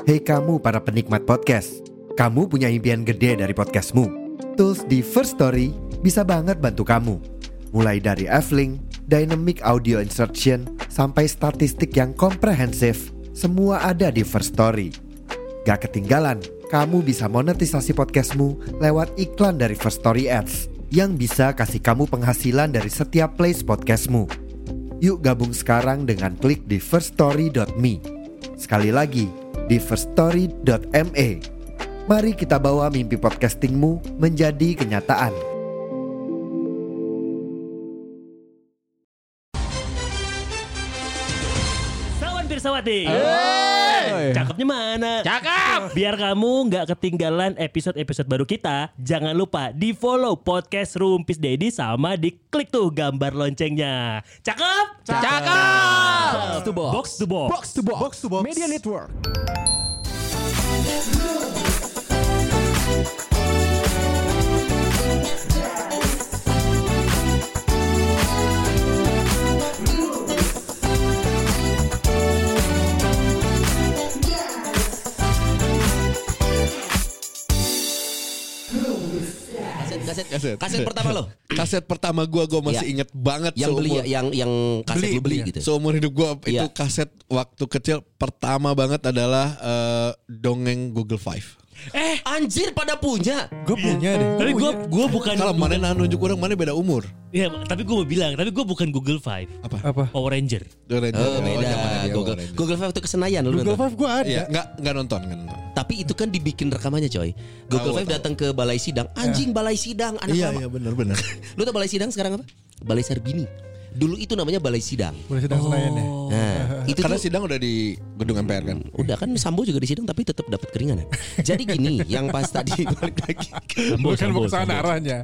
Hei kamu para penikmat podcast, kamu punya impian gede dari podcastmu? Tools di First Story bisa banget bantu kamu. Mulai dari F-Link, Dynamic Audio Insertion, sampai statistik yang komprehensif, semua ada di First Story. Gak ketinggalan, kamu bisa monetisasi podcastmu lewat iklan dari First Story Ads yang bisa kasih kamu penghasilan dari setiap plays podcastmu. Yuk gabung sekarang dengan klik di firststory.me. Sekali lagi, di firststory.me. Mari kita bawa mimpi podcastingmu menjadi kenyataan. Sawan Pirsawati. Cakepnya mana? Cakep. Biar kamu gak ketinggalan episode-episode baru kita, jangan lupa di follow podcast Rumpis Dedi sama diklik tuh gambar loncengnya. Cakep? Cakep. Box to box. Box to box. Box to box. Box to Box Media Network. Kaset pertama lo. Kaset pertama gua masih Iya. inget banget. Yang beli yang kaset lu beli gitu. Seumur hidup gua itu Iya. kaset waktu kecil pertama banget adalah dongeng Google Five. Anjir pada punya. Gue punya deh. Tapi gue bukan Kalau mana nunjuk orang mana beda umur. Ya, tapi gue mau bilang, tapi gue bukan Google Five. Apa? Power Ranger. Oh beda. zamannya dia Google Power Ranger. Google Five itu kesenayan lu Google nonton. Five gue ada. Iya, nggak nonton. Tapi itu kan dibikin rekamannya coy. Google Tahu, Five datang ke balai sidang. Anjing balai sidang anak Iya, lama. iya benar. Lu tau balai sidang sekarang apa? Balai Sarbini. Dulu itu namanya balai sidang. Boleh sedang Senayan ya. Nah, itu Karena tuh sidang udah di gedung MPR kan. udah kan Sambo juga di sidang tapi tetap dapat keringanan. Jadi gini, yang pas tadi balik lagi Bukan mau kesana arahnya.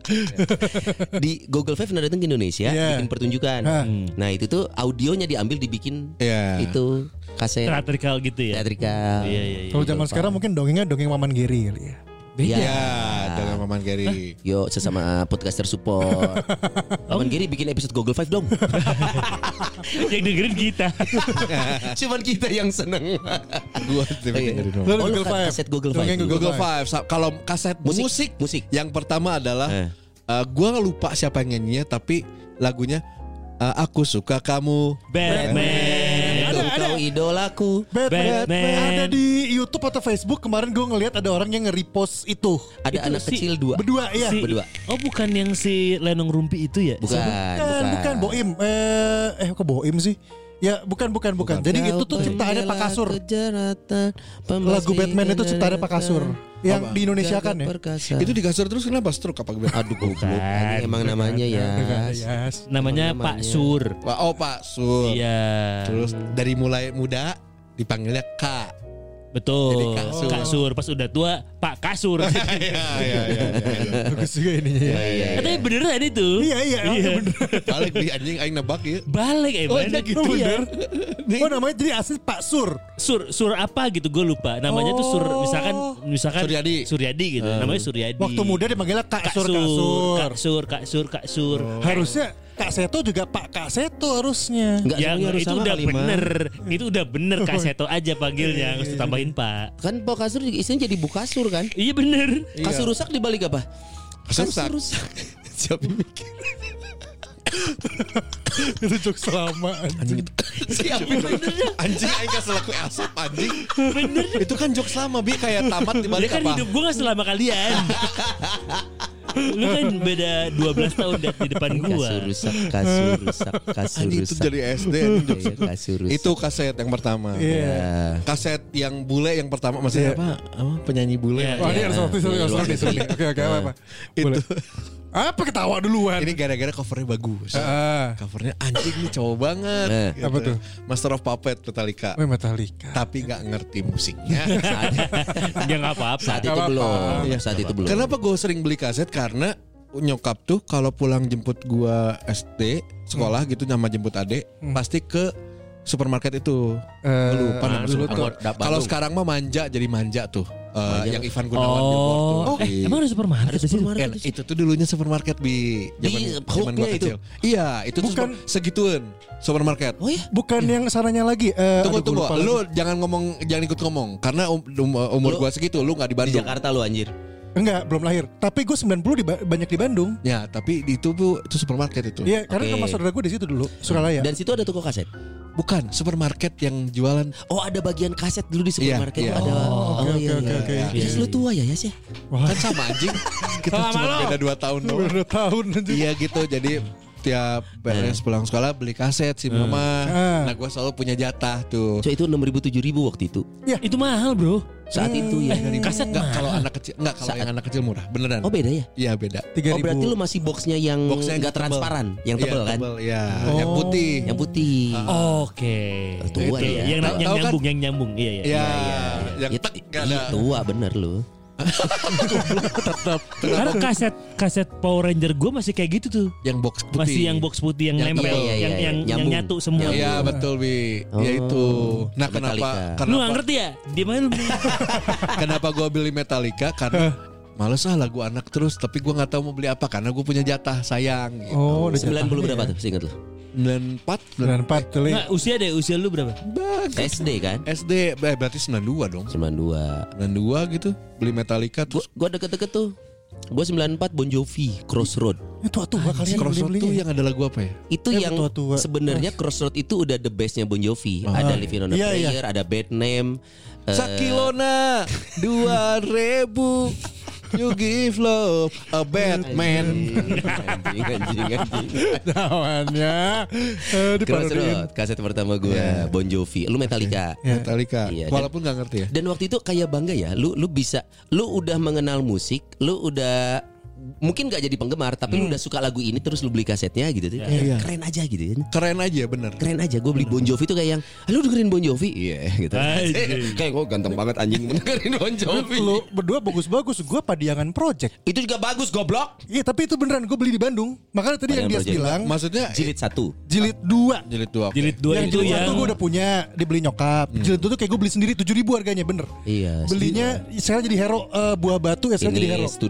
di Google Five datang ke Indonesia Iya. bikin pertunjukan. Nah itu tuh audionya diambil dibikin Iya. itu kaset Teatrikal gitu ya. teatrikal. Iya. Kalau zaman sekarang mungkin dongengnya dongeng Maman Geri kali ya. Iya, dengan Maman Geri. Yo sesama podcaster support. Maman Giri bikin episode Google Five dong. Yang dengerin kita. Cuman kita yang seneng. Gua dengerin. Lalu Oh, lu Google Five. kaset Google Five. Dongeng dulu. Google Five. Kalau kaset musik, yang pertama adalah gua lupa siapa yang nyanyinya tapi lagunya Aku Suka Kamu. Batman. Kau idolaku. Batman. Batman. Ada di YouTube atau Facebook kemarin gue ngelihat ada orang yang nge-repost itu. Ada Itu anak si- kecil dua. Berdua ya. Berdua. Oh bukan yang si Lenong Rumpi itu ya? Bukan. Boim. Kok Boim sih? Ya bukan. Jadi itu tuh ciptaannya Pak Kasur. Lagu Batman itu ciptaannya Pak Kasur. Yang di Indonesia kan ya. Itu di kasur terus kenapa stroke apa gimana? Aduh goblok. Ini emang namanya ya. Yes. Namanya Pak Sur. Pak Sur. Iya. Terus dari mulai muda dipanggilnya Kak. Betul. Jadi Kasur. Kasur. Pas udah tua Pak Kasur. Iya. Bagus juga ininya ya. Iya. Katanya beneran itu. Iya. Bener. Balik di anjing aing nebak ya. Balik iya gitu Iya. bener. Oh namanya jadi asli Pak Sur. Sur apa gitu gue lupa. Namanya tuh Sur misalkan Suryadi gitu. Namanya Suryadi. Waktu muda dipanggilnya Kak Sur. Kak Sur. Harusnya Kak Seto juga Pak Kak Seto harusnya. Enggak Ya semuanya harus itu sama udah kali, Ma. bener. Itu udah bener Kak Seto aja panggilnya. Nggak usah tambahin Pak. Kan Pak Kasur juga isinya jadi Bukasur kan. Iya bener. Kasur rusak dibalik apa? Rusak. rusak. Siapa yang mikir? Itu jokes lama anjing. Siapa yang mikir? Anjing aing kasih laku asap anjing. Bener. Itu kan jokes lama bi kayak tamat Ya dibalik kan apa? hidup gue gak selama kalian. Lu kan beda 12 tahun di depan gue. Kasur rusak. Anjing itu dari SD anjing jokes. Iya, kasur rusak. Itu kaset yang pertama. Iya. Kaset yang bule yang pertama maksudnya apa? Penyanyi bule. Iya. Wah ini harus sorry. Oke apa? Itu Apa ketawa duluan? ini gara-gara covernya bagus. Ah. Covernya anjing nih cowok banget. Gitu. Apa tuh? Master of Puppet Metallica. Metallica. Tapi nggak ngerti musiknya. Ya gak apa-apa. Saat itu belum. Saat itu belum. Kenapa gue sering beli kaset? Karena nyokap tuh kalau pulang jemput gue SD sekolah gitu sama jemput adek pasti ke supermarket itu. Gua lupa nama dulu supermarket. Kalau sekarang mah manja jadi manja tuh. Yang Ivan Gunawan billboard tuh. Emang ada supermarket? Ada supermarket. Itu tuh dulunya supermarket di zaman gua kecil. Iya, itu tuh segituan supermarket. Oh ya? Bukan yang sananya lagi. Tunggu. Lu jangan ikut ngomong karena umur gua segitu, lu enggak di Di Bandung. Jakarta lu anjir. Enggak, belum lahir. Tapi gue 90 banyak di Bandung. Ya, tapi itu supermarket itu. Iya, karena rumah saudara gue di situ dulu, Suralaya. Dan situ ada toko kaset. Bukan, supermarket yang jualan. Oh, ada bagian kaset dulu di supermarket. Iya. Ada. Oke. Yes, lu tua ya, Yas ya? Kan sama anjing. Kita cuma beda 2 tahun doang. 2 tahun anjing. Iya gitu, jadi tiap beres pulang sekolah beli kaset si mama. Nah gue selalu punya jatah tuh. So itu 6.000 7.000 waktu itu. Itu mahal bro. Saat itu ya. Kaset Enggak mahal. kalau anak kecil, enggak kalau yang anak kecil murah, beneran. Oh beda ya? Iya beda. 3.000. Oh berarti lu masih boxnya yang enggak tebel. transparan, yang tebel Iya, kan? tebel, iya. Yang putih. Yang putih. Oke. Tua Itu, ya. Yang Tahu kan? yang nyambung. Iya. Iya. Yang Itu gak ada. tua bener lu. Karena kaset Power Ranger gue masih kayak gitu tuh. Yang box putih. Masih yang box putih yang Yang nempel, iya, yang nyambung. nyatu semua. Iya betul Bi. Oh. Ya itu. Nah Metallica. Lu gak ngerti ya? Di mana lu? Kenapa gue beli Metallica? Karena males lagu anak terus, tapi gue nggak tahu mau beli apa karena gue punya jatah sayang. Gitu. Oh, udah 90 berapa tuh? Seingat lu? 94 94 tuh. Nggak, usia lu berapa? SD kan? SD berarti 92 dong. 92. 92 gitu. Beli Metallica terus. Gua deket-deket tuh. Gua 94 Bon Jovi, Crossroad. Itu tua kalian Crossroad tuh yang ada lagu apa ya? Itu yang tua-tua. sebenarnya Crossroad itu udah the bestnya Bon Jovi. Ada Living on a Iya, iya. Prayer, ada Bad Name. Sakilona 2000 you give love a bad man. Anjing. Namanya Crossroad, kaset pertama gue Bon Jovi. Lu Metallica. Metallica. Iya, Walaupun nggak ngerti ya. Dan waktu itu kayak bangga ya, lu udah mengenal musik, lu udah mungkin gak jadi penggemar, tapi lu udah suka lagu ini terus lu beli kasetnya gitu tuh. Iya. Keren aja gitu kan. Keren aja bener. Keren aja, gue beli Bon Jovi tuh kayak yang lu dengerin Bon Jovi? Iya gitu. Anjing. Kayak gue ganteng banget anjing dengerin Bon Jovi. Lu berdua bagus-bagus. Gue Padiangan Project. Itu juga bagus goblok. Iya, tapi itu beneran gue beli di Bandung. Makanya tadi yang dia Padiangan Project. bilang Maksudnya Jilid 1. jilid 2. jilid 2. Jilid 2 Yang itu jilid yang 1 gue udah punya, dibeli nyokap. Jilid 2 tuh kayak gue beli sendiri 7.000 harganya, bener. Iya. Belinya sekarang jadi hero Buah Batu ya, sekarang jadi hero. Ini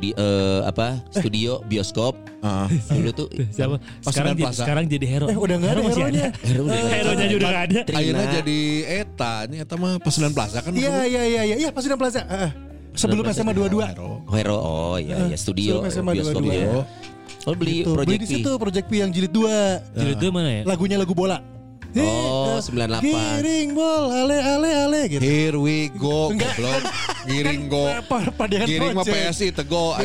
studio bioskop. Dulu tuh siapa? Pasuruan Plaza. Sekarang jadi hero. Udah gak ada Masih hero-nya. Hero-nya juga gak ada. Akhirnya jadi ini mah Pasuruan Plaza kan. Iya, Pasuruan Plaza. Sebelum SMA 22. Hero. Oh iya studio Sebelum SMA bioskop 22. ya. Oh beli Tuh, beli Project di P. situ Project P yang jilid 2. Jilid 2 mana ya? Lagunya lagu bola. Oh, 98. Giring bol ale gitu. Here we go. Enggak. Goblok. Giring go. Padiangan Giring mah Project. PSI tego.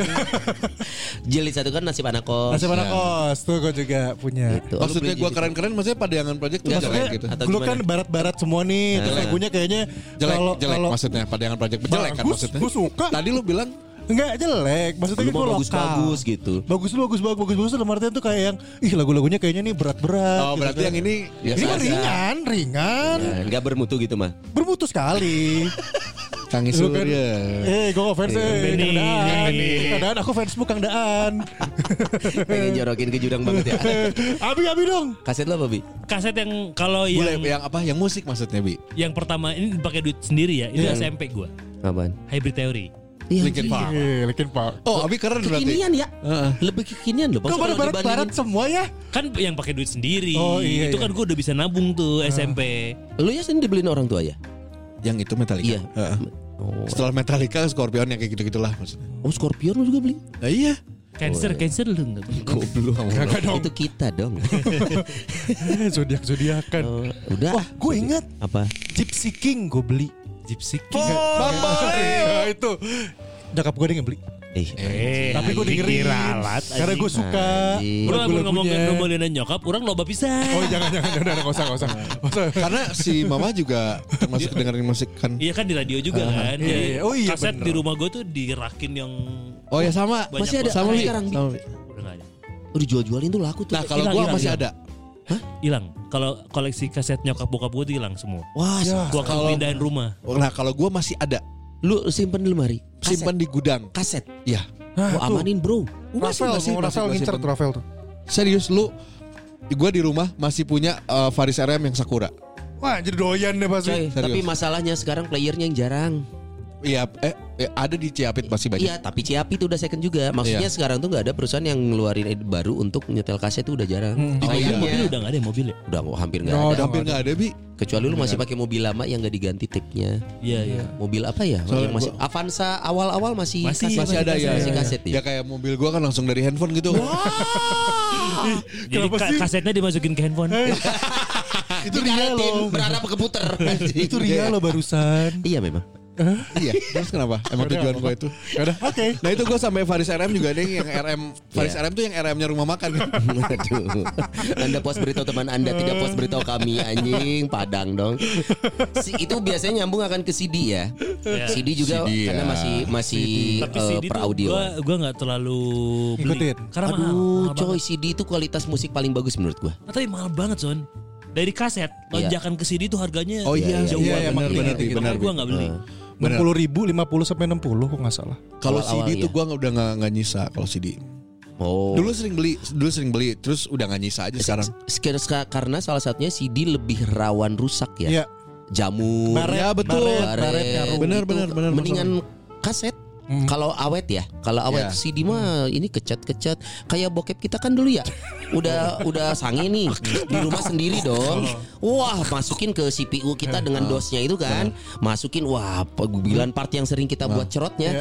Jilid 1 kan Nasib Anak Kos. Nasib Anak Kos tuh gue juga punya. Gitu. Maksudnya gue keren-keren, maksudnya Padiangan Project tuh Enggak, jelek Maksudnya gitu. Atau dulu gimana? kan barat-barat semua nih. Terus lagunya kayaknya Jelek maksudnya Padiangan Project jelek kan Bagus, maksudnya. gue suka. Tadi lu bilang Enggak jelek, maksudnya Lu itu mau lokal. bagus-bagus gitu. Bagus dalam artian tuh kayak yang lagu-lagunya kayaknya nih berat-berat. oh gitu berarti kan. yang ini Ini mah ringan. Nah, enggak bermutu gitu mah. Bermutu sekali. Kang Lu kan, Surya. gue fans Beni, Kang Daan. Beni. Kang Daan, aku fansmu Kang Daan. Pengen jorokin ke jurang banget ya. Abi dong. Kaset lo apa Bi? Kaset yang kalau Boleh yang yang apa? Yang musik maksudnya Bi. yang pertama ini pakai duit sendiri ya. Itu SMP gua. Apaan? Hybrid Theory. Linkin Park. Linkin Park. Oh, Abi keren berarti. Kekinian ya. Lebih kekinian loh. Kau Kalau barat-barat dibandingin- semua ya. Kan yang pakai duit sendiri. Oh, iya, Itu iya. kan gua udah bisa nabung tuh SMP. Lu ya sendiri dibeliin orang tua ya? Yang itu Metallica. Iya. Oh. Setelah Metallica Scorpion yang kayak gitu-gitulah maksudnya. Oh Scorpion lu juga beli? Nah, iya. Cancer lu enggak beli. Goblok. Kagak dong. Itu kita dong. Zodiakan. Oh, udah. Wah, gue ingat Apa? Gypsy King gue beli. Gypsy King. Ya, itu. Nyokap gue dia beli. Tapi gue dengerin. Ralat. Karena gue suka Anjing. Orang ngomongin lagu-lagunya. nomolin nyokap, orang loba pisan. Oh jangan gak usah. Karena si Mama juga termasuk dengerin musik kan. Iya kan di radio juga kan. iya. Oh iya, Kaset bener. di rumah gue tuh dirakin yang Oh ya sama. Banyak Masih ada Sama sampai Bi. sekarang Bi. Sama Bi. udah nggak ada. Oh, dijual-jualin tuh laku tuh. Nah kalau Hilang, gua hilang, masih hilang. ada. Hilang. Kalau koleksi kaset nyokap bokap gue tuh hilang semua. Wah, Gua akan pindahin rumah. Nah kalau gua masih ada. lu simpen di lemari. Simpan di gudang. Kaset. Iya. Gua amanin, Bro. Rafael ngincer tuh Rafael tuh. Serius lu. Gua di rumah masih punya Faris RM yang Sakura. Wah jadi doyan deh pasti. Coy, tapi masalahnya sekarang playernya yang jarang. Iya, ada di Ciapit pasti banyak. Iya, tapi Ciapi itu udah second juga. Maksudnya sekarang tuh nggak ada perusahaan yang ngeluarin edit baru untuk nyetel kaset itu udah jarang. Mobil udah nggak ada mobil ya? Udah hampir nggak ada. Hampir nggak ada, Bi. Kecuali lu masih pakai mobil lama yang nggak diganti tape-nya. Iya. Mobil apa ya? Yang masih Avanza awal-awal masih ada ya. Masih kaset ya. Ya kayak mobil gua kan langsung dari handphone gitu. Jadi kasetnya dimasukin ke handphone. Itu Ria loh. Berharap keputer. Itu Ria loh barusan. Iya memang. Iya, terus kenapa? Emang tujuan gue itu. Udah, oke. Nah itu gue sampai Faris RM juga ada yang RM. Faris RM tuh yang RM-nya rumah makan. Aduh. Anda puas beritahu teman Anda, tidak puas beritahu kami, anjing. Padang dong. Itu biasanya nyambung akan ke CD ya. CD juga CD, karena masih per audio. Gue nggak terlalu Ikutin. karena Aduh, mahal coy, CD itu kualitas musik paling bagus menurut gue. tapi mahal banget Son. Dari kaset lonjakan ke CD itu harganya jauh iya, banget. benar. Gue nggak beli. 60.000, 50 sampai 60 kok nggak salah. Kalau Awal-awal, CD tuh gue udah nggak nyisa kalau CD. Oh. Dulu sering beli, terus udah nggak nyisa aja sekarang. Karena salah satunya CD lebih rawan rusak ya. Iya. Jamur. Ya betul. Baret, ngaruh. Benar. Mendingan kaset. Kalau awet ya, Ya. CD mah ini kecat kayak bokep kita kan dulu ya. Udah sange nih di rumah sendiri dong. Wah, masukin ke CPU kita dengan DOS-nya itu kan. Masukin gubilan part yang sering kita buat cerotnya.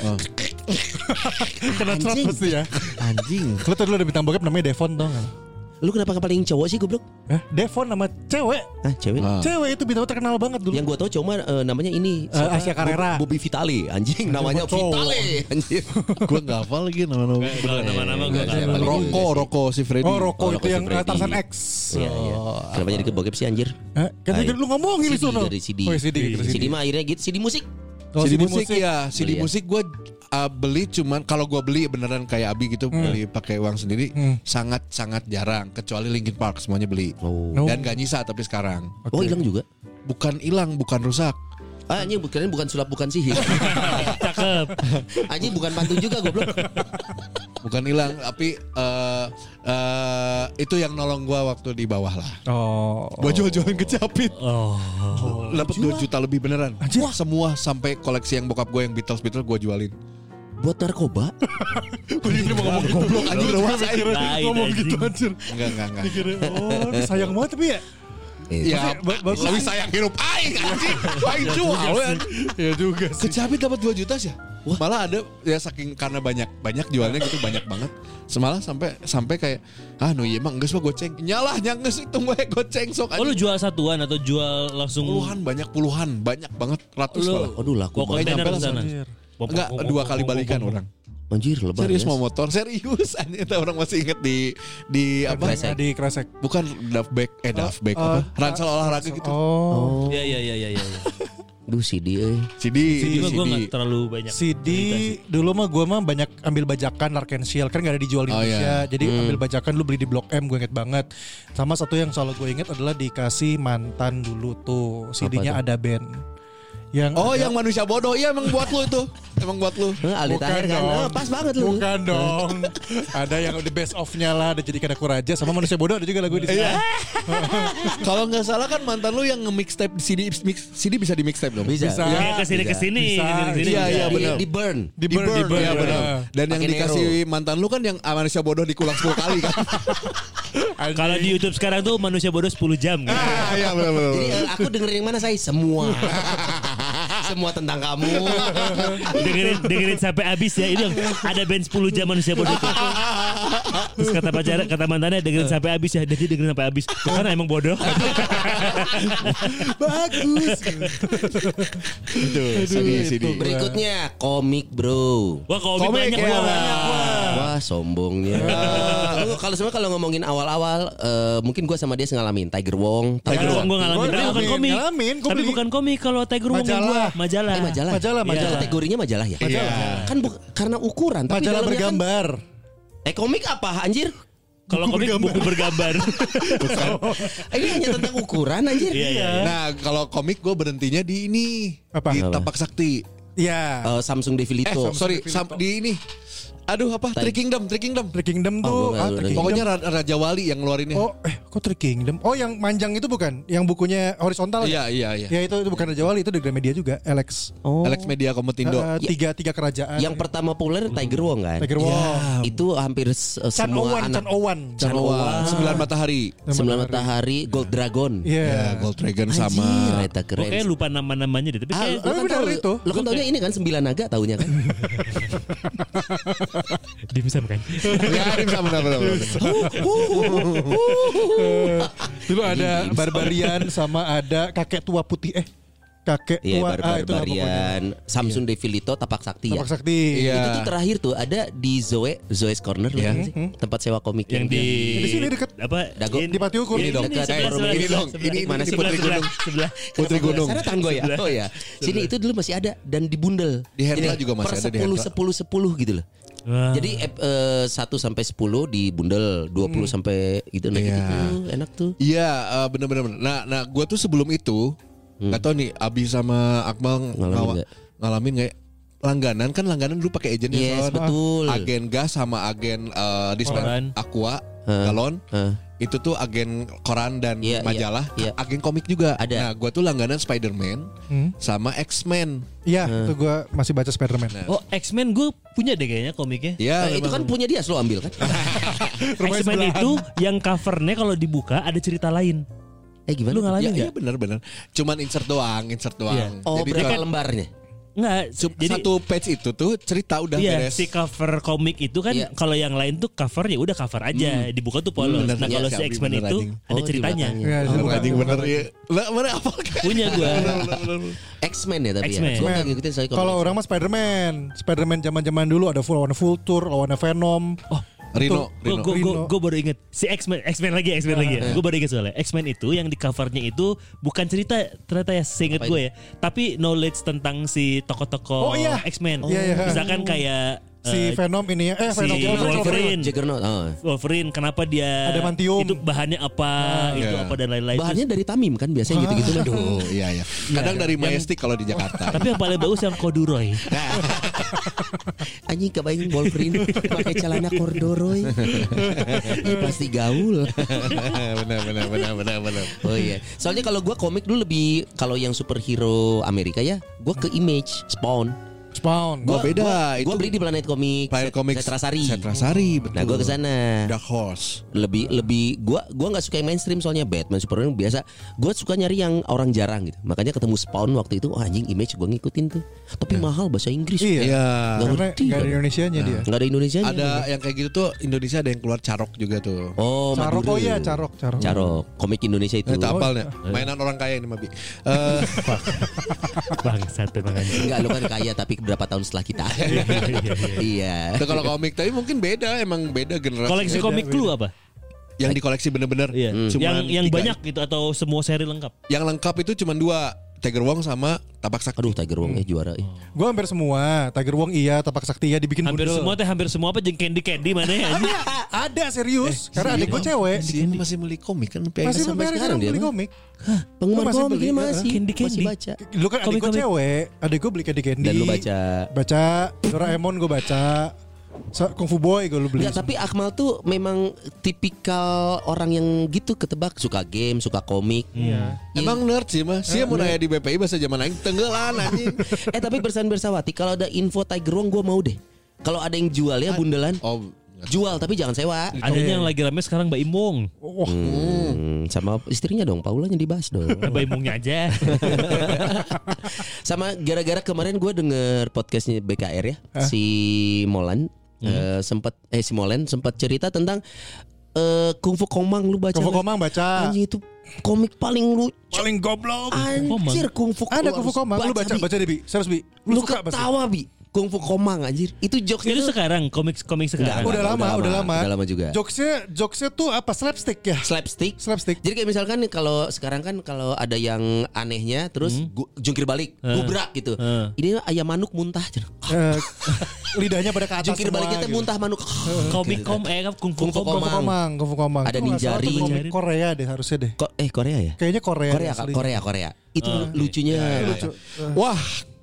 Kena cerot pasti ya. Anjing. Lo tadi lo udah bintang bokep namanya Devon tau gak? Lu kenapa paling cowok sih goblok? Devon nama cewek. Cewek. Cewek itu bintang terkenal banget dulu. Yang gue tahu cuma namanya ini Asia Carrera. Bobby Vitale. Anjing namanya Vitale. Anjing. Gue nggak hafal lagi nama-nama. Nama-nama gue nggak Nggak. Roko si Freddy. Oh Roko itu si yang Freddy. Tarzan X. Iya. Kenapa jadi ke bokep sih anjir? Kan lu ngomongin CD itu no. dari CD. Oh ya, CD. CD mah akhirnya gitu. CD musik. CD musik ya, CD Beli ya? musik gue beli cuman kalau gue beli beneran kayak Abi gitu beli pakai uang sendiri sangat jarang kecuali Linkin Park semuanya beli dan gak nyisa tapi sekarang Oh hilang juga. bukan hilang bukan rusak Anjing bukan sulap bukan sihir. Cakep. Anjing bukan pantun juga goblok. bukan hilang tapi itu yang nolong gue waktu di bawah lah. Gue jual-jualin ke Capit. Dapat 2 juta lebih beneran. Wah semua sampai koleksi yang bokap gue yang Beatles gue jualin. Buat narkoba. Gue jadi mau ngomong Goblok anjing udah wasa ngomong gitu anjir. Enggak. Ini sayang banget tapi ya. Ya, lebih sayang hirup aing anjing. Aing jual. Ya juga sih. Kecapit dapat 2 juta sih. Malah ada ya saking karena banyak jualnya gitu banyak banget. Semalah sampai kayak nu ieu mah geus mah goceng. Nyalah nya geus itu mah goceng sok Oh lu jual satuan atau jual langsung puluhan banyak banget ratus malah. Aduh laku bawa banget. kontainer ke sana? Enggak 2 kali balikan orang. Anjir lebar. Serius ya. mau motor serius anjing orang masih inget di apa? Di Kresek. Bukan Duffback apa? Ransel olahraga gitu. Oh. Iya. Duh CD euy. CD Gue gak terlalu banyak CD dulu mah gue mah banyak ambil bajakan L'Arc-en-Ciel kan gak ada dijual di Indonesia. Jadi ambil bajakan lu beli di Blok M gue inget banget. Sama satu yang selalu gue inget adalah dikasih mantan dulu tuh. CD-nya ada band. Yang yang manusia bodoh. Iya emang buat lu itu. Emang buat lu. Aldi Tahir kan. Pas banget lu. Bukan dong. Ada yang the best of-nya lah. Ada Jadikan Aku Raja sama Manusia Bodoh ada juga lagu di sini. Kalau nggak salah kan mantan lu yang nge-mixtape CD bisa di mixtape dong. Bisa. Ya kesini. Iya benar. Di burn. Di burn. Iya benar. Dan yang Pakai dikasih mantan lu kan yang manusia bodoh dikulang 10 kali kan. Kalau di YouTube sekarang tuh manusia bodoh 10 jam gitu. Iya benar. Jadi aku dengerin yang mana saya? Semua. Semua tentang kamu. dengerin sampai habis ya. Ini ada band 10 jam manusia bodoh tuh. Terus kata mantannya dengerin sampai habis ya. Jadi dengerin sampai habis. Karena emang bodoh. Bagus. CD. Berikutnya komik bro. Wah komik banyak ya. Wah sombongnya. Kalau ngomongin awal-awal mungkin gue sama dia ngalamin Tiger Wong. Tiger Wong gue ngalamin. Tapi bukan komik. Tapi bukan komik. Kalau Tiger Wong gue majalah. Majalah. Kategorinya majalah ya. Kan karena ukuran. Tapi Majalah dalamnya bergambar. Kan, komik apa anjir? Kalau komik buku bergambar. Ini hanya tentang ukuran anjir. Iya. Nah kalau komik gue berhentinya di ini. Apa? Di Tapak Sakti. Iya. Samsung Devilito. Di ini Aduh apa? Three Kingdom. Three Kingdom tuh gua nggak- Three Kingdom. Pokoknya Raja Wali yang ngeluarinnya. Kok Three Kingdom? Oh yang manjang itu bukan? Yang bukunya horizontal ya? Iya. Ya itu bukan Raja Wali, itu di Gramedia juga, Alex. Alex Media Komutindo. Tiga kerajaan. Yang pertama populer Tiger Wong kan. Tiger Wong. Itu hampir semua anak. Chan Owan. Sembilan Matahari. Sembilan Matahari, Gold Dragon. Iya. Ya, Gold Dragon Anjir, sama. eta Gue keren. kayak lupa nama-namanya deh. Tapi kayak Lu kan benar tahu itu. Lu kan taunya ini kan 9 naga taunya kan. dimsum kan. Ya, benar. Dulu ada Barbarian sama ada kakek tua putih. Kakek Iya, tua itu nama pokoknya. Barbarian, Samsun Devilito, Tapak Sakti ya. Tapak Sakti. Iya. Itu tuh terakhir tuh ada di Zoe's Corner ya, tempat sewa komik Yang di Di sini deket. apa? Dago. Di Pati Ukur. Ini dong, dekat sebelah, ini dong. Ini mana sih Putri Gunung. sebelah. Putri Gunung. Sana Tanggo ya. Oh ya. Sini itu dulu masih ada dan dibundel. Di Herla Jadi, juga masih per ada di 10 gitu loh. Wah. Jadi 1 sampai 10 dibundel, 20 sampai gitu nah Iya. gitu. Enak tuh. Iya, bener. Nah, gue tuh sebelum itu nggak tahu nih, Abi sama Akmal ngalamin nggak? Langganan dulu pakai agennya. Yes, soalnya. betul. Agen gas sama agen dispen Koran. Aqua, galon. Itu tuh agen koran dan Iya, majalah, iya. agen komik juga. Ada. Nah, gue tuh langganan Spider-Man sama X-Men. Iya, itu gue masih baca Spider-Man. Oh, X-Men gue punya deh kayaknya komiknya. Ya, Itu kan punya dia, lo ambil kan? Rumahnya X-Men sebelahan. itu yang covernya kalau dibuka ada cerita lain. Gimana? Lu ngalamin Iya, nggak? benar. Cuman insert doang. Iya. Oh, Jadi berapa tuh lembarnya? Enggak, jadi satu page itu tuh cerita udah iya, beres. si cover komik itu kan Iya. kalau yang lain tuh cover ya udah cover aja, dibuka tuh polos. Bener, Nah, iya, kalau si Abi, X-Men bener, itu anjing. ada Oh, di ceritanya. belakangnya. Iya, Oh, bukan. anjing bener ya. Lah, mana apa? Punya gua. X-Men ya tapi X-Men. ya. Gua nggak ngikutin soalnya Kalau orang mah Spider-Man zaman-zaman dulu ada lawan Vulture, lawan Venom. Oh, Rino. gue baru inget si X-Men lagi. Gue baru inget soalnya X-Men itu yang di covernya itu bukan cerita ternyata ya, seinget Apa gue ya, tapi knowledge tentang si tokoh-tokoh Oh, iya. X-Men. Iya, iya. Misalkan kayak Si Venom ini ya, si Venom Wolverine. Juggernaut. Oh. Wolverine kenapa dia Adamantium. itu bahannya apa, itu iya. apa dan lain-lain. Bahannya dari Tamim kan biasanya gitu-gitu lah. Aduh, iya. Kadang dari Majestic kalau di Jakarta. Tapi yang paling bagus yang Corduroy. Anjing kebayang Wolverine pakai celana corduroy. Ini pasti gaul. benar. Oh iya. Soalnya kalau gua komik dulu lebih kalau yang superhero Amerika ya, gua ke Image, Spawn. Spawn. Gua beda, Gua itu beli di Planet Komik. Planet Comics Setrasari. betul. Nah, gua ke sana. Dark Horse. Lebih gua nggak suka yang mainstream soalnya Batman Superman biasa. Gua suka nyari yang orang jarang gitu. Makanya ketemu Spawn waktu itu, anjing Image gua ngikutin tuh. Tapi mahal bahasa Inggris. Iya. Iya. Nggak Karena ngerti. nggak ada Indonesianya dia. Nggak ada Indonesianya. Ada yang kayak gitu tuh, Indonesia ada yang keluar Carok juga tuh. Oh, Carok, Madura. oh iya, Carok. Carok, komik Indonesia itu. Tapalnya. Mainan orang kaya ini Mabi. Bang, satu bang anjing. Enggak, lu kan kaya tapi berapa tahun setelah kita. Iya. Itu kalau komik tapi mungkin beda, emang beda generasi. Koleksi komik lu apa? Yang dikoleksi bener-bener. Iya. Cuman Yang 3. banyak gitu atau semua seri lengkap? Yang lengkap itu cuma 2. Tiger Wong sama Tapak Sakti. Aduh, Tiger Wong juara. Gue hampir semua. Tiger Wong iya, Tapak Sakti ya dibikin Hampir bundel. hampir semua apa jeng candy mana ya anjing? Ada serius. Karena adik gue cewek. Dia masih beli komik kan. Masih sampai sampai sekarang sekarang dia beli mah. komik. Penggemar Gua masih komik beli, ini masih Candy. masih baca. Dulu kan adik gue Komik-komik. cewek. Adik gue beli Candy. Dan lu baca. Baca Doraemon gue baca. Kung Fu Boy gue lu beli. Enggak, tapi Akmal tuh memang tipikal orang yang gitu ketebak, suka game, suka komik. Iya. Emang nerd sih mah. Sia mau nanya di BPI bahasa zaman aing tenggelan anjing. Tapi bersan bersawati kalau ada info Tiger Wong gue mau deh. Kalau ada yang jual ya bundelan, Oh, jual tapi jangan sewa. Adanya yang lagi rame sekarang Mbak Imung. Wah. Sama istrinya dong, Paulanya dibahas dong. Mbak Imungnya aja. Sama gara-gara kemarin gue denger podcastnya BKR ya, si Molan si Molen sempat cerita tentang Kung Fu Komang. Lu baca Kung Fu nggak? Komang baca. Anjing itu komik paling lucu. Paling goblok. Anjir Kung Fu Ada lu Kung Fu harus Komang. Lu baca Bi. deh Bi. Serius Bi. Lu suka pasti. ketawa Bi. Kung Fu Komang anjir. Itu jokesnya Itu tuh sekarang komik sekarang. Enggak, Udah lama. Udah lama juga. Jokesnya tuh apa? Slapstick ya? Slapstick. Slapstick. Jadi kayak misalkan nih kalau sekarang kan kalau ada yang anehnya terus jungkir balik, gubrak gitu. Ini ayam manuk muntah. Lidahnya pada ke atas Jungkir semua baliknya teh gitu. muntah manuk. Komik Kung Fu Kung Fu Komang. Komang. Kung Fu Komang. Ada Itu nggak salah Ninjari. tuh komik Korea deh harusnya deh. Korea ya? Kayaknya Korea. Korea aslinya. Korea. Itu lucunya. Lucu. Wah,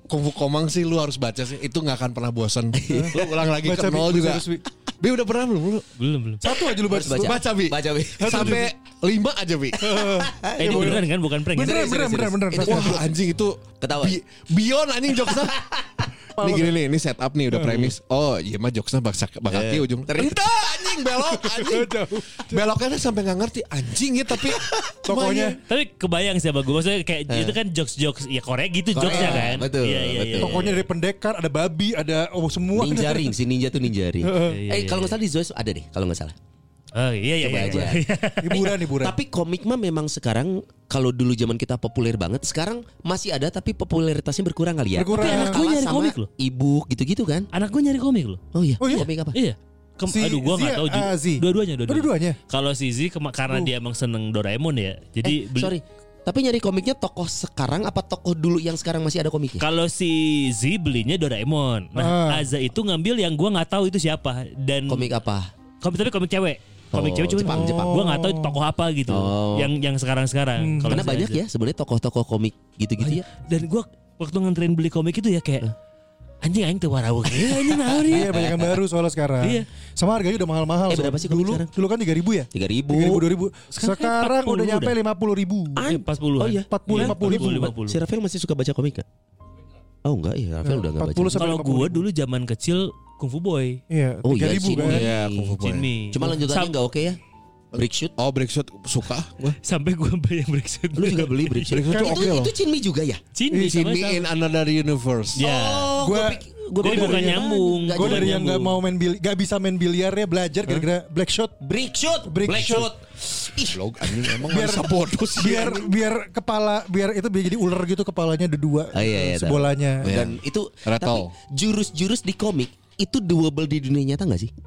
Kung Fu Komang sih lu harus baca sih. Itu gak akan pernah bosan. Lu ulang lagi ke nol juga. Bi udah pernah belum? Belum. Satu aja lu baca. Baca Bi. Sampai 5 aja Bi. Ini beneran kan bukan prank. Beneran. Wah anjing itu Ketawa. Beyond anjing jokesnya. Ini gini nih, ini setup nih udah premis. Oh iya mah jokesnya bakal di ujung. Ternyata anjing belok anjing. Beloknya sampai nggak ngerti anjing ya tapi Tokonya. Tapi kebayang sih sama gue. Maksudnya kayak itu kan jokes ya Korea gitu jokesnya kan. Betul. Iya. Tokonya dari pendekar, ada babi, ada semua. Ninja ring, si ninja tuh ninja ring. Iya. Kalau nggak salah di Zoes ada deh, kalau nggak salah. Oh iya. Coba aja. Hiburan. Tapi komik mah memang sekarang kalau dulu zaman kita populer banget, sekarang masih ada tapi popularitasnya berkurang kali ya. Berkurang. Tapi anak gue nyari Sama komik loh. e-book gitu-gitu kan. Anak gue nyari komik loh. Oh iya. Oh iya? Komik apa? Iya. Aduh gue gak tahu juga. Dua-duanya. Kalau si Z karena dia emang seneng Doraemon ya. Jadi Sorry. Tapi nyari komiknya tokoh sekarang apa tokoh dulu yang sekarang masih ada komiknya? Kalau si Z belinya Doraemon. Nah Aza itu ngambil yang gue gak tahu itu siapa. Dan Komik apa? Tapi komik cewek. Komik Oh, cewek cuma Jepang. gue gak tahu itu tokoh apa gitu. Oh. Yang sekarang. Kalau Karena si banyak Aza. ya sebenarnya tokoh-tokoh komik gitu-gitu ya. Dan gue waktu nganterin beli komik itu ya kayak anjing aing teu waraweuh ya anjing naon Iya ya. banyak yang baru soalnya sekarang. Iya. Sama harganya udah mahal-mahal. Berapa sih komik dulu? sekarang? Dulu kan 3.000 ya? 3.000. 3.000 2000. Sekarang 40 udah nyampe udah. 50.000. 40. Oh iya. 40 50. Si Rafael masih suka baca komik gak? Oh enggak ya, Rafael udah enggak baca. 40 sampai Kalau 50.000. gue dulu zaman kecil Kung Fu Boy. Iya, Oh iya, 3.000 kan. Jinmi. Iya, Kung Fu Boy. Jinmi. Cuma lanjutannya enggak oke ya? Breakshoot. Oh Breakshoot suka gua. Sampai gue beli yang breakshoot. Lu juga beli Breakshoot? Breakshoot tuh oke loh. Itu Jinmi juga ya? Jinmi Jinmi in Another Universe. Ya. Oh, Gue Jadi bukan nyambung. Gue dari yang gak mau main gak bisa main biliar ya belajar gara-gara Blackshot. Breakshoot. Breakshoot. Ih, Lo anjing emang Biar- bisa bodoh sih. Biar kepala itu biar jadi ular gitu kepalanya ada dua Oh, iya, tahu. sebolanya. Dan itu Rattle. tapi jurus-jurus di komik itu doable di dunia nyata gak sih?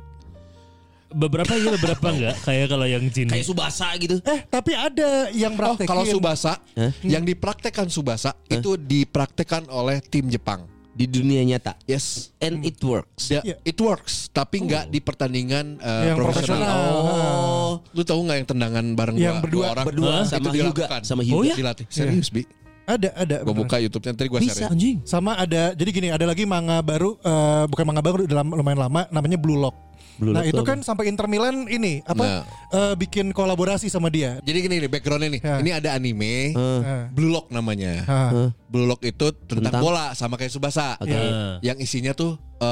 Beberapa iya beberapa enggak. Kayak kalau yang Jinmi. Kayak Subasa gitu. Tapi ada yang Oh, praktekin. kalau Subasa, yang dipraktekkan Subasa itu dipraktekkan oleh tim Jepang. Di dunia nyata. Yes. And it works. Iya. It works, tapi nggak di pertandingan Yang profesional. Oh, Lu tahu nggak yang tendangan bareng Yang dua berdua- orang? berdua Itu sama dilakukan. Hyuga, sama Hyuga. Oh ya? Dilatih. Serius, Bi. Ada. Gue buka YouTube-nya tadi gue Bisa. share. Anjing. Sama ada, jadi gini, ada lagi manga baru, bukan manga baru, udah lumayan lama, namanya Blue Lock. Blue Nah Lock itu tuh kan sampai Inter Milan ini bikin kolaborasi sama dia. Jadi gini nih backgroundnya nih. Ya. Ini ada anime Blue Lock namanya. Blue Lock itu tentang bola sama kayak Subasa. Oke. Yang isinya tuh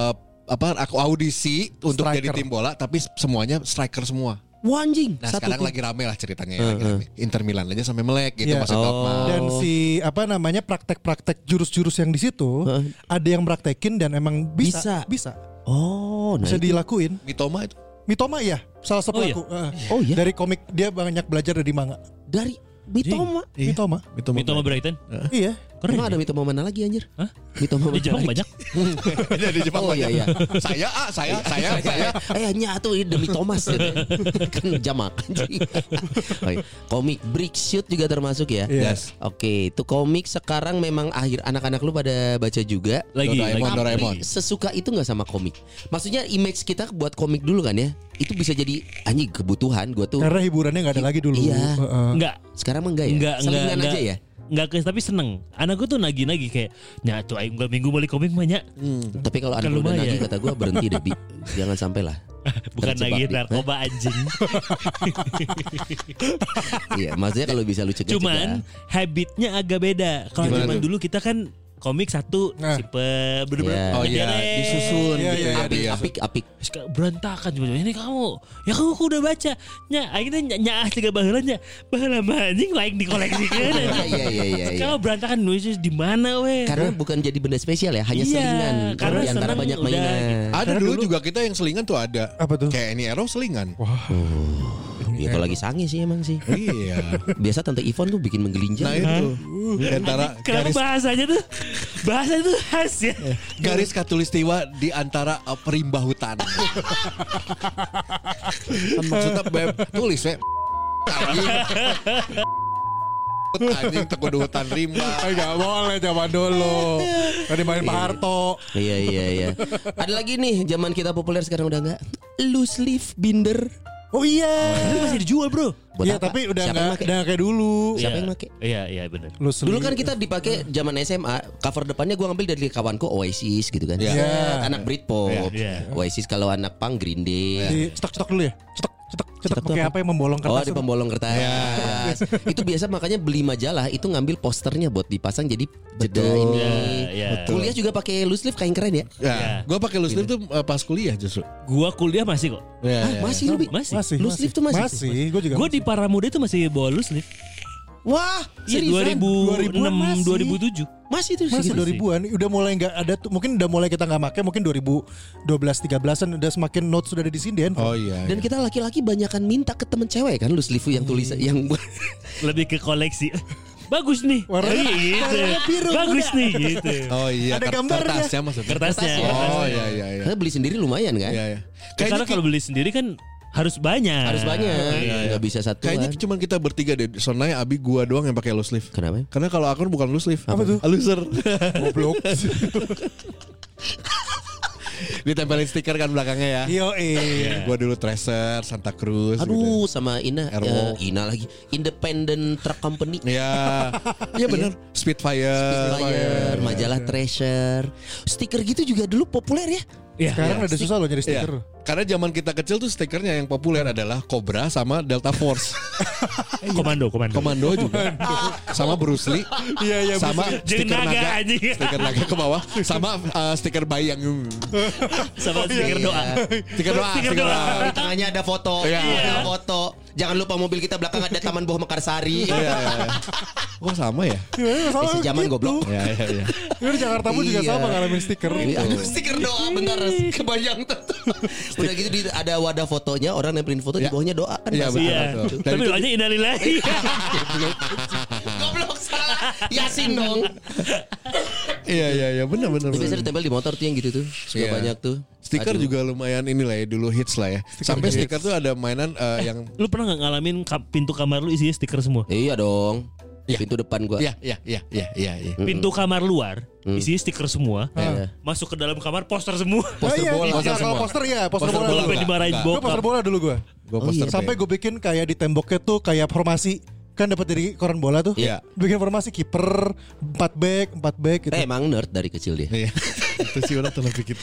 aku audisi untuk Striker. jadi tim bola tapi semuanya striker semua. Wah, anjing. Nah Satu sekarang tim. lagi rame lah ceritanya ya, lagi rame. Inter Milan aja sampai melek gitu Iya. masuk Dortmund. Dan si praktek-praktek jurus-jurus yang di situ ada yang praktekin dan emang bisa. Oh, nah Bisa itu. dilakuin. Mitoma itu. Mitoma ya, salah satu pelaku. Oh iya. Dari komik dia banyak belajar dari manga. Dari Mitoma. Mitoma. Mitoma Brighton. Iya. Keren. Emang ada Mitoma mana lagi anjir? Hah? Mitoma Di Jepang banyak. Di Jepang Oh iya iya. saya saya. Nyatu ini demi Thomas gitu. Kan jamak anjing. Oke. Komik Breakshoot juga termasuk ya. Yes. Oke, itu komik sekarang memang akhir anak-anak lu pada baca juga. Lagi. Doraemon. Sesuka itu nggak sama komik? Maksudnya image kita buat komik dulu kan ya? Itu bisa jadi anjing kebutuhan gua tuh. Karena hiburannya nggak ada lagi dulu. Iya. Enggak. Sekarang mah enggak ya? Enggak Selingan aja ya? Enggak guys, tapi seneng. Anak gue tuh nagih-nagih kayak nyatu aing gua minggu beli komik banyak. Tapi kalau anak Kan lu udah lumayan. nagih kata gua berhenti deh, Bi. Jangan sampai lah. Bukan Terjebak nagih di- narkoba anjing. Iya, maksudnya kalau bisa lu cegah. Cuman habitnya agak beda. Kalau Gimana zaman tuh? dulu kita kan komik satu Nah. simple bener-bener Iya. Oh iya, beres. disusun Iya, gitu iya, ya apik, dia. apik. Terus kayak berantakan coba ini kamu kok udah baca akhirnya nyaah tiga baheulanya baheula mah anjing lain dikoleksikan Iya. kalau berantakan nulis di mana weh Karena bukan jadi benda spesial ya, hanya Iya, selingan. karena Di antara senang banyak udah mainan. gitu. Ada dulu juga kita yang selingan tuh ada. Apa tuh? Kayak ini Ero selingan. Ya kalau lagi sange sih emang sih. Iya. Biasa Tante Ivon tuh bikin menggelinjang. Nah itu antara kenapa bahasanya tuh khas ya garis katulistiwa di antara perimbah hutan. Kan maksudnya tulis we. Anjing tekudu hutan rimba. Enggak boleh zaman dulu. Tadi main Pak Harto. Iya. Ada lagi nih zaman kita populer sekarang udah enggak. Loose leaf binder. Oh iya. Itu masih dijual bro. Buat Iya apa? tapi udah Siapa yang nggak make? kayak dulu. Siapa yang make? Iya benar. Loose Dulu sleeve. kan kita dipakai zaman SMA, cover depannya gue ngambil dari kawanku Oasis gitu kan. Iya. Anak Britpop. Iya. Oasis kalau anak punk Green Day. Di cetak dulu ya. Cetak Cetak tuh pakai apa? apa yang membolong Oh, kertas. di pembolong kertas. Itu biasa makanya beli majalah itu ngambil posternya buat dipasang jadi jeda ini. Iya. Kuliah juga pakai loose sleeve kain keren ya? Ya, gue pakai loose sleeve tuh pas kuliah justru. Gua kuliah masih kok. Ya, Ah, masih lebih. Masih. Loose sleeve tuh masih? Masih, gue juga. Gue di Paramuda itu masih bawa loose sleeve. Wah, Iya seriusan? 2006 masih. 2007. Masih tuh Masih segitu. 2000-an udah mulai nggak ada tuh, mungkin udah mulai kita nggak pakai, mungkin 2012-13an udah semakin notes sudah ada di sini handphone. Oh iya. Dan kita laki-laki banyakan minta ke temen cewek kan loose sleeve yang tulisan yang Lebih ke koleksi. Bagus nih. Warnanya- gitu. warnanya biru, Bagus muda. nih gitu. Oh iya. Ada gambarnya. Kertasnya maksudnya. Kertasnya. Oh iya iya iya. Karena beli sendiri lumayan kan? Iya iya. Karena kalau beli sendiri kan harus banyak. Harus banyak, nggak bisa satuan. Kayaknya cuma kita bertiga deh. Soalnya Abi gua doang yang pakai loose sleeve. Kenapa? Karena kalau aku bukan loose sleeve. Apa tuh? Loser. Goblok. Ditempelin stiker kan belakangnya ya. Yo Gua dulu Tracer, Santa Cruz. Aduh, sama Airwalk. Ina lagi. Independent Truck Company. Iya. Iya benar. Spitfire. Flyer, majalah Treasure. Stiker gitu juga dulu populer ya. Iya. Sekarang udah susah loh nyari Iya. stiker. Karena zaman kita kecil tuh stikernya yang populer adalah Cobra sama Delta Force. Komando. Komando juga. Sama Bruce Lee. Iya Sama Jadi stiker naga naga. anjing. Stiker naga ke bawah. Sama stiker bayi yang Sama stiker doa. stiker doa. Stiker Stiker doa. doa. Di tengahnya ada foto. Iya. Ada foto. Jangan lupa mobil kita belakang ada Taman Buah Mekarsari. Iya, iya. Oh sama ya? Iya, sama Bisa zaman gitu. goblok. Iya iya iya. Ini di Jakarta pun juga Iya. sama ngalamin stiker. Ada stiker doa bentar kebayang tuh. Udah gitu ada wadah fotonya, orang nempelin foto di Ya. bawahnya doa kan. Iya, bahasa betul. Iya. Arab. Dan Tapi itu- doanya innalillahi. Goblok salah. Yasin dong. Iya iya iya benar benar. Tapi biasa ditempel di motor tuh yang gitu tuh. Suka Iya. banyak tuh. Stiker Aduh. juga lumayan inilah ya dulu hits lah ya. Sampai stiker tuh ada mainan yang Lu pernah nggak ngalamin pintu kamar lu isinya stiker semua? Iya dong. Ya. Pintu depan gua. iya iya iya iya iya. Iya. Pintu kamar luar isinya stiker semua. Iya. Masuk ke dalam kamar poster semua. Poster bola. Iya, kalau poster ya, poster bola. Sampai enggak, dimarahin enggak. Gue bokap. poster bola dulu gue. Gue Oh, poster iya. Sampai gue bikin kayak di temboknya tuh kayak formasi. Kan dapat dari koran bola tuh. Iya. Bikin formasi kiper, 4 back gitu. Emang nerd dari kecil dia. Iya. Itu sih orang tuh lebih gitu.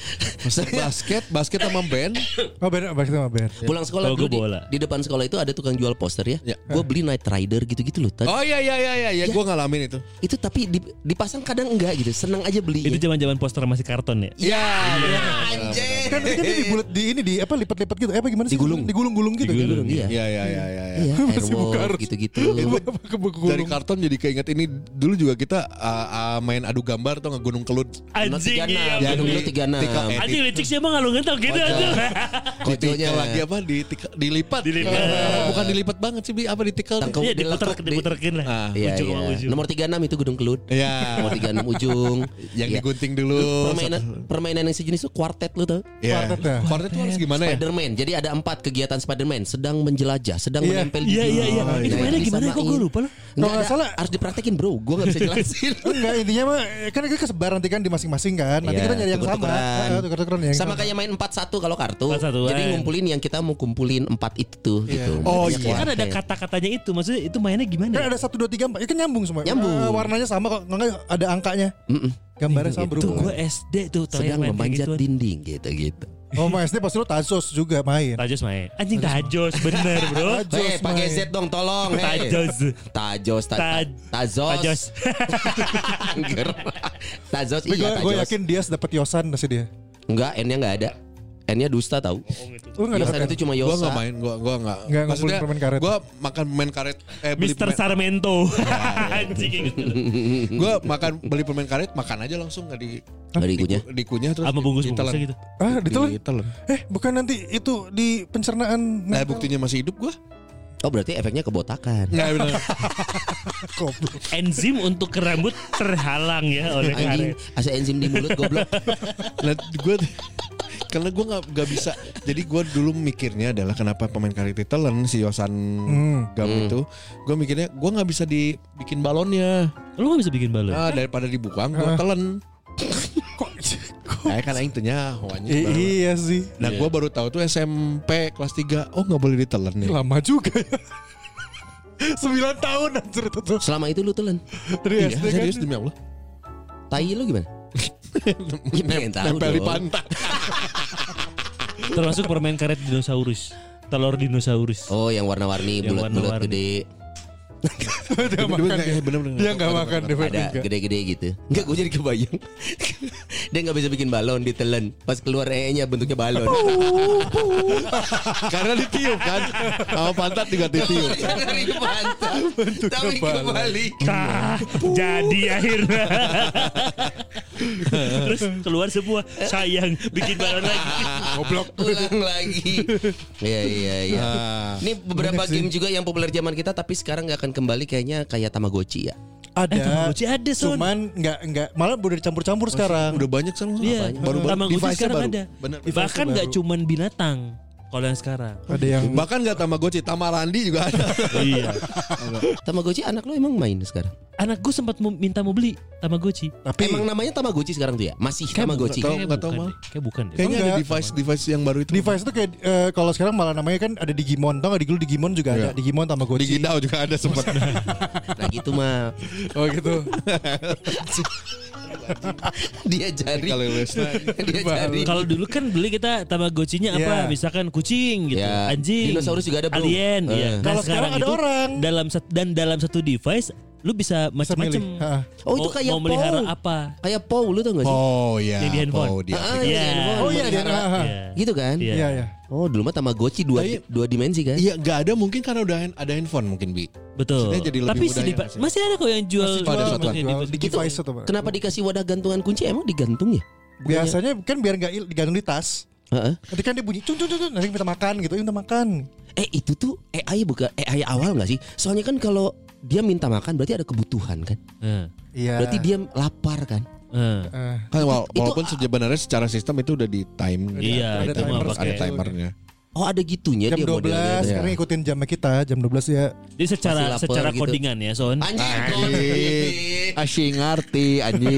Basket sama band. Oh bener, sama Ben. Pulang sekolah Kalau dulu gua bola. di depan sekolah itu ada tukang jual poster ya. Ya. Gue beli Knight Rider gitu-gitu loh. Oh iya iya iya iya ya, gue ngalamin itu. Itu tapi dipasang kadang enggak gitu. Seneng aja beli. Itu zaman-zaman poster masih karton ya. Iya. Anjir. Kan dia dibulet di ini di apa lipat-lipat gitu. Apa gimana sih? Digulung-gulung gitu. Digulung, kan? iya. Iya iya iya iya. Iya, Masih buka Airwalk harus. gitu-gitu. Dari karton jadi keinget ini dulu juga kita main adu gambar atau nggak Gunung Kelut. Anjing. 36. Iya, Ya, bener. dulu 36. Anjing licik sih emang kalau ngentok gitu aja. Koconya Lagi apa dilipat. Dilipat. Bukan dilipat banget sih, apa ditikel. Tangkep. Iya diputer-diputerin lah. Ah. Iya, Ujung iya. sama ujung. Nomor 36 itu Gunung Kelut. Iya. Nomor 36 ujung. Yang Iya. digunting dulu. Permainan yang sejenis itu kuartet lu tau. Iya. Quartet ya? Quartet itu harus gimana ya? Spiderman. Jadi ada 4 kegiatan Spiderman. Sedang menjelajah, sedang Iya. menempel di Iya iya iya. bidung. Itu Nah, mainnya gimana kok gue disamain. lupa lah. Nggak nggak ada, salah. harus dipraktekin bro. Gue gak bisa jelasin. Enggak, intinya mah kan kita kesebar nanti kan di masing-masing kan. Nanti Iya, kita nyari yang sama. tuker-tukeran. Tuker-tukeran yang Sama kayak main 4-1 kalau kartu. 4-1-an. Jadi ngumpulin yang kita mau kumpulin 4 itu tuh gitu. Oh, Banyak iya. Kan ada kuartet. kata-katanya itu. Maksudnya itu mainnya gimana? Kan ya? ada 1 2 3 4. Ya kan nyambung semua. Nyambung. Warnanya sama kok. Enggak ada angkanya. Mm-mm. Gambarnya sama Itu berhubungan. gue SD tuh terakhir Sedang main kayak memanjat gituan. dinding gitu-gitu. Oh, Mas SD pasti lo Tazos juga main. Tajos main. Anjing Tajos bener bro. Tajos Pakai main. Z dong tolong. Hey. Tajos. Tajos. Tazos. Tajos. Angger. Tazos Tapi iya gue Tajos. yakin dia dapat Yosan pasti dia. Enggak, N-nya enggak ada. N-nya dusta tahu. Lu enggak Yosan dapat. itu cuma Gue Yosa. nggak main, gue nggak. Nggak ngumpulin permen karet. Gue makan permen karet. Beli Mr. Sarmento. Anjing. Gue beli permen karet, makan aja langsung nggak Enggak dikunyah. dikunyah terus Sama bungkus-bungkusnya ditelan. gitu. Ah, ditelan. Ditelan. Bukan nanti itu di pencernaan. Nah buktinya masih hidup gue. Oh berarti efeknya kebotakan. Nggak benar. Goblok. Enzim untuk ke rambut terhalang ya oleh Anjing, karet. asa enzim di mulut goblok. Nah, gue karena gue nggak bisa. Jadi gue dulu mikirnya adalah kenapa pemain karet ditelan si Yosan Gam itu. Gue mikirnya gue nggak bisa dibikin balonnya. Lu gak bisa bikin balon? Daripada dibuang gue telan. Kok kan aing teu nyaho anjing. Iya sih. Nah gue baru tahu tuh SMP kelas 3. Oh gak boleh ditelan nih. Lama juga ya. 9 tahun anjir itu tuh. Selama itu lu telan. Dari Iya SD kan. serius demi Allah. Tai lu gimana? Pengen tahu Nempel di dong. pantat. Termasuk permen karet dinosaurus. Telur dinosaurus. Oh, yang warna-warni, Yang bulat-bulat warna-warni. gede. Dia makan. Bener-bener. Dia enggak makan deh. Ada gede-gede gitu. Enggak, gue jadi kebayang. Dia enggak bisa bikin balon, ditelan. Pas keluar nya bentuknya balon. Karena ditiup kan. Sama pantat juga ditiup. Dari pantat. Tapi kembali. Jadi akhirnya. Terus keluar semua. Sayang bikin balon lagi. Goblok. Ulang lagi. Iya. Ini beberapa game juga yang populer zaman kita tapi sekarang nggak akan kembali kayaknya kayak Tamagotchi ya. Ada. Tamagotchi ada, Son. Cuman enggak malah udah dicampur-campur sekarang. Udah banyak sekarang. Iya, Baru-baru Tamagotchi device-nya sekarang baru. ada. Bener. Bahkan baru. nggak cuman binatang. Kalau yang sekarang. Ada yang Bahkan gak Tamagotchi, Tamarandi juga ada. Iya. Tamagotchi anak lo emang main sekarang? Anak gue sempat minta mau beli Tamagotchi. tapi Emang namanya Tamagotchi sekarang tuh ya? Masih Tamagotchi. Nggak tahu, bukan Mal. deh. Kayak bukan deh. Kayaknya ada Enggak. device yang baru itu. device itu kayak kalau sekarang malah namanya kan ada Digimon. Tau gak dulu Digimon juga ada. Iya. Digimon Tamagotchi. Digidao juga ada sempat. Nah gitu mah. Oh gitu. Dia jari. Kalau Lesna. Dia jari. Kalau dulu kan beli kita Tamagotchi-nya apa? Iya. Misalkan kucing gitu, Ya. anjing, Dinosaurus juga ada, bro. alien. Iya. Nah, Kalau sekarang ada orang. dalam satu device lu bisa Bisa macam-macam. milih. Ha. Oh itu kayak mau melihara Paul. apa? Kayak Paul lu tau gak sih? Oh iya. Yang di handphone. Oh, dia. Ah, Iya. yang di handphone. Oh iya dia. Melihara. Iya. Gitu kan? Iya. Iya ya. Oh dulu mah Tamagotchi dua dimensi kan? Iya nggak ada mungkin karena udah ada handphone mungkin Bi. Betul. Maksudnya jadi lebih Tapi mudah ya, masih. masih ada kok yang jual. Masih Oh, ada jual, satuan. masih jual. Di Itu device itu, Pak. kenapa dikasih wadah gantungan kunci? Emang digantung ya? Biasanya kan biar enggak digantung di tas. Heeh. Ketika dia bunyi cung nanti minta makan gitu, minta makan. Itu tuh AI bukan AI awal gak sih? Soalnya kan kalau dia minta makan berarti ada kebutuhan kan? Iya. Berarti dia lapar kan? Kan walaupun sebenarnya secara sistem itu udah di time. Iya, Ada itu mah timer. Harus ada pakai. timernya. Oh ada gitunya jam dia 12 modelnya. sekarang ngikutin jamnya kita jam 12 ya. Jadi secara Masih lapar secara gitu. codingan ya, Son. Anjing. Asyik ngerti anjing.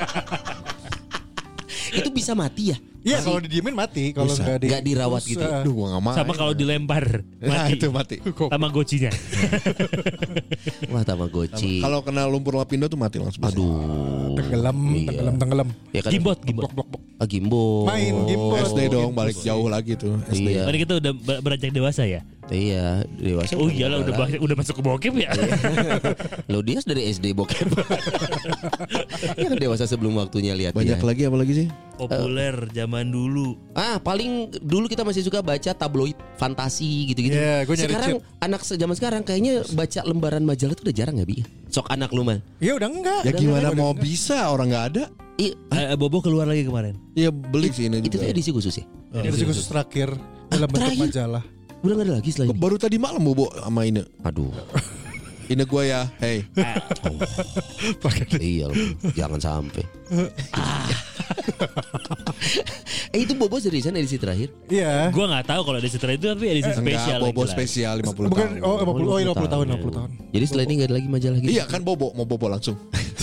Itu bisa mati ya? Iya kalau didiemin mati, kalau Bisa. enggak Nggak dirawat gitu ya? Duh gua gak mau. Sama kalau dilempar Nah mati. itu mati. Tamagotchi-nya. Wah Tamagotchi. Kalau kena lumpur lapindo tuh mati langsung. Aduh. tenggelam. Ya kan? Gimbot. Gimbot. Main gimbot. SD dong balik jauh lagi tuh SD. Iya. Tadi kita udah beranjak dewasa ya. Iya, dewasa. Oh iyalah udah masuk ke bokep ya. Lo dia dari SD bokep. Ya kan dewasa sebelum waktunya lihat Banyak dia. lagi apa lagi sih? Populer zaman dulu. Paling dulu kita masih suka baca tabloid fantasi gitu-gitu. Iya, gua nyari Sekarang anak zaman sekarang kayaknya baca lembaran majalah itu udah jarang ya, Bi? Sok anak lu mah. Ya udah enggak. Ya gimana mau bisa orang nggak ada? Bobo keluar lagi kemarin. Ya beli sih ini Itu tuh juga. edisi khusus ya? Edisi khusus terakhir dalam bentuk terakhir? majalah. Udah gak ada lagi selain ini? Baru tadi malam bobo sama Ine. Aduh. Ine gua ya. Hey. Iya loh, jangan sampai. Itu Bobo seriusan edisi terakhir? Iya. Gua nggak tahu kalau edisi terakhir itu tapi edisi spesial. Enggak, bobo yang jelas. spesial 50 Bukan tahun. oh 50 oh 50 tahun ya. 50 tahun. Jadi setelah ini gak ada lagi majalah gitu? Iya kan bobo mau bobo langsung.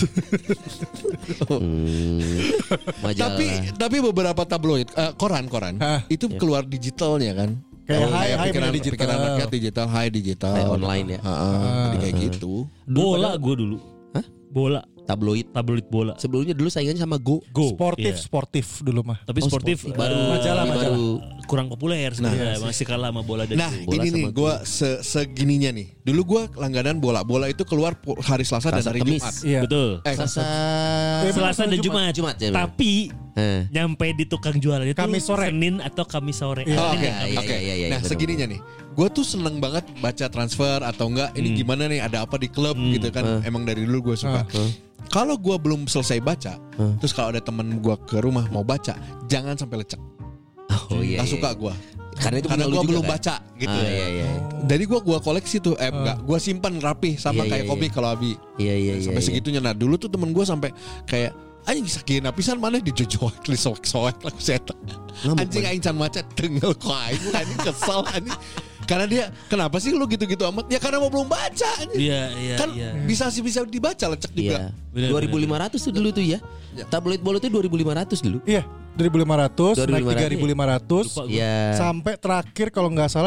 Majalah. Tapi beberapa tabloid koran Hah. itu keluar digitalnya kan. Kayak Oh, Hai pikiran, bener digital. pikiran rakyat digital, Hai digital. Hai online ya. Jadi kayak gitu. Bola gue dulu. Hah? Bola. Tabloid. Tabloid bola. Sebelumnya dulu saingannya sama Go. Sportif, Iya. sportif dulu mah. Tapi sportif Baru Majalah, ini majalah. baru. kurang populer sebenarnya. Masih kalah sama bola dan Nah Bola ini nih sama gue segininya nih. Dulu gue langganan bola. Bola itu keluar hari Selasa dan Selasa, hari Kemis. Jumat. Iya. betul. Selasa. Selasa dan Jumat. Jumat ya. Tapi nyampe di tukang jualan itu Kamis sore. Senin atau Kamis sore. Iya. Oh, Oke, Iya, oke. iya, iya, Nah betul. segininya nih, gue tuh seneng banget baca transfer atau enggak. Ini gimana nih? Ada apa di klub gitu kan? Emang dari dulu gue suka. Kalau gue belum selesai baca, terus kalau ada temen gue ke rumah mau baca, jangan sampai lecek. Oh iya. Gak iya. suka gue. Karena itu Karena punya lu gue juga, belum kan? baca gitu. Iya iya. Jadi gue koleksi tuh, enggak, gue simpan rapi sama Iya, kayak iya, komik kalau Abi. Iya iya iya. Sampai iya. segitunya. Nah dulu tuh temen gue sampai kayak anjing sakieu pisan mana dijojoak disoek-soek lah setak. Ngamuk, Anjing man. aing can maca tenggel kok aing kesel anjing. Karena dia kenapa sih lu gitu-gitu amat? Ya karena mau belum baca. Iya. Kan bisa dibaca lecek juga. Iya. 2.500 tuh dulu tuh ya. Tabloid Bolo tuh 2.500 dulu. Iya, 2.500 naik 3.500 Iya. sampai terakhir kalau nggak salah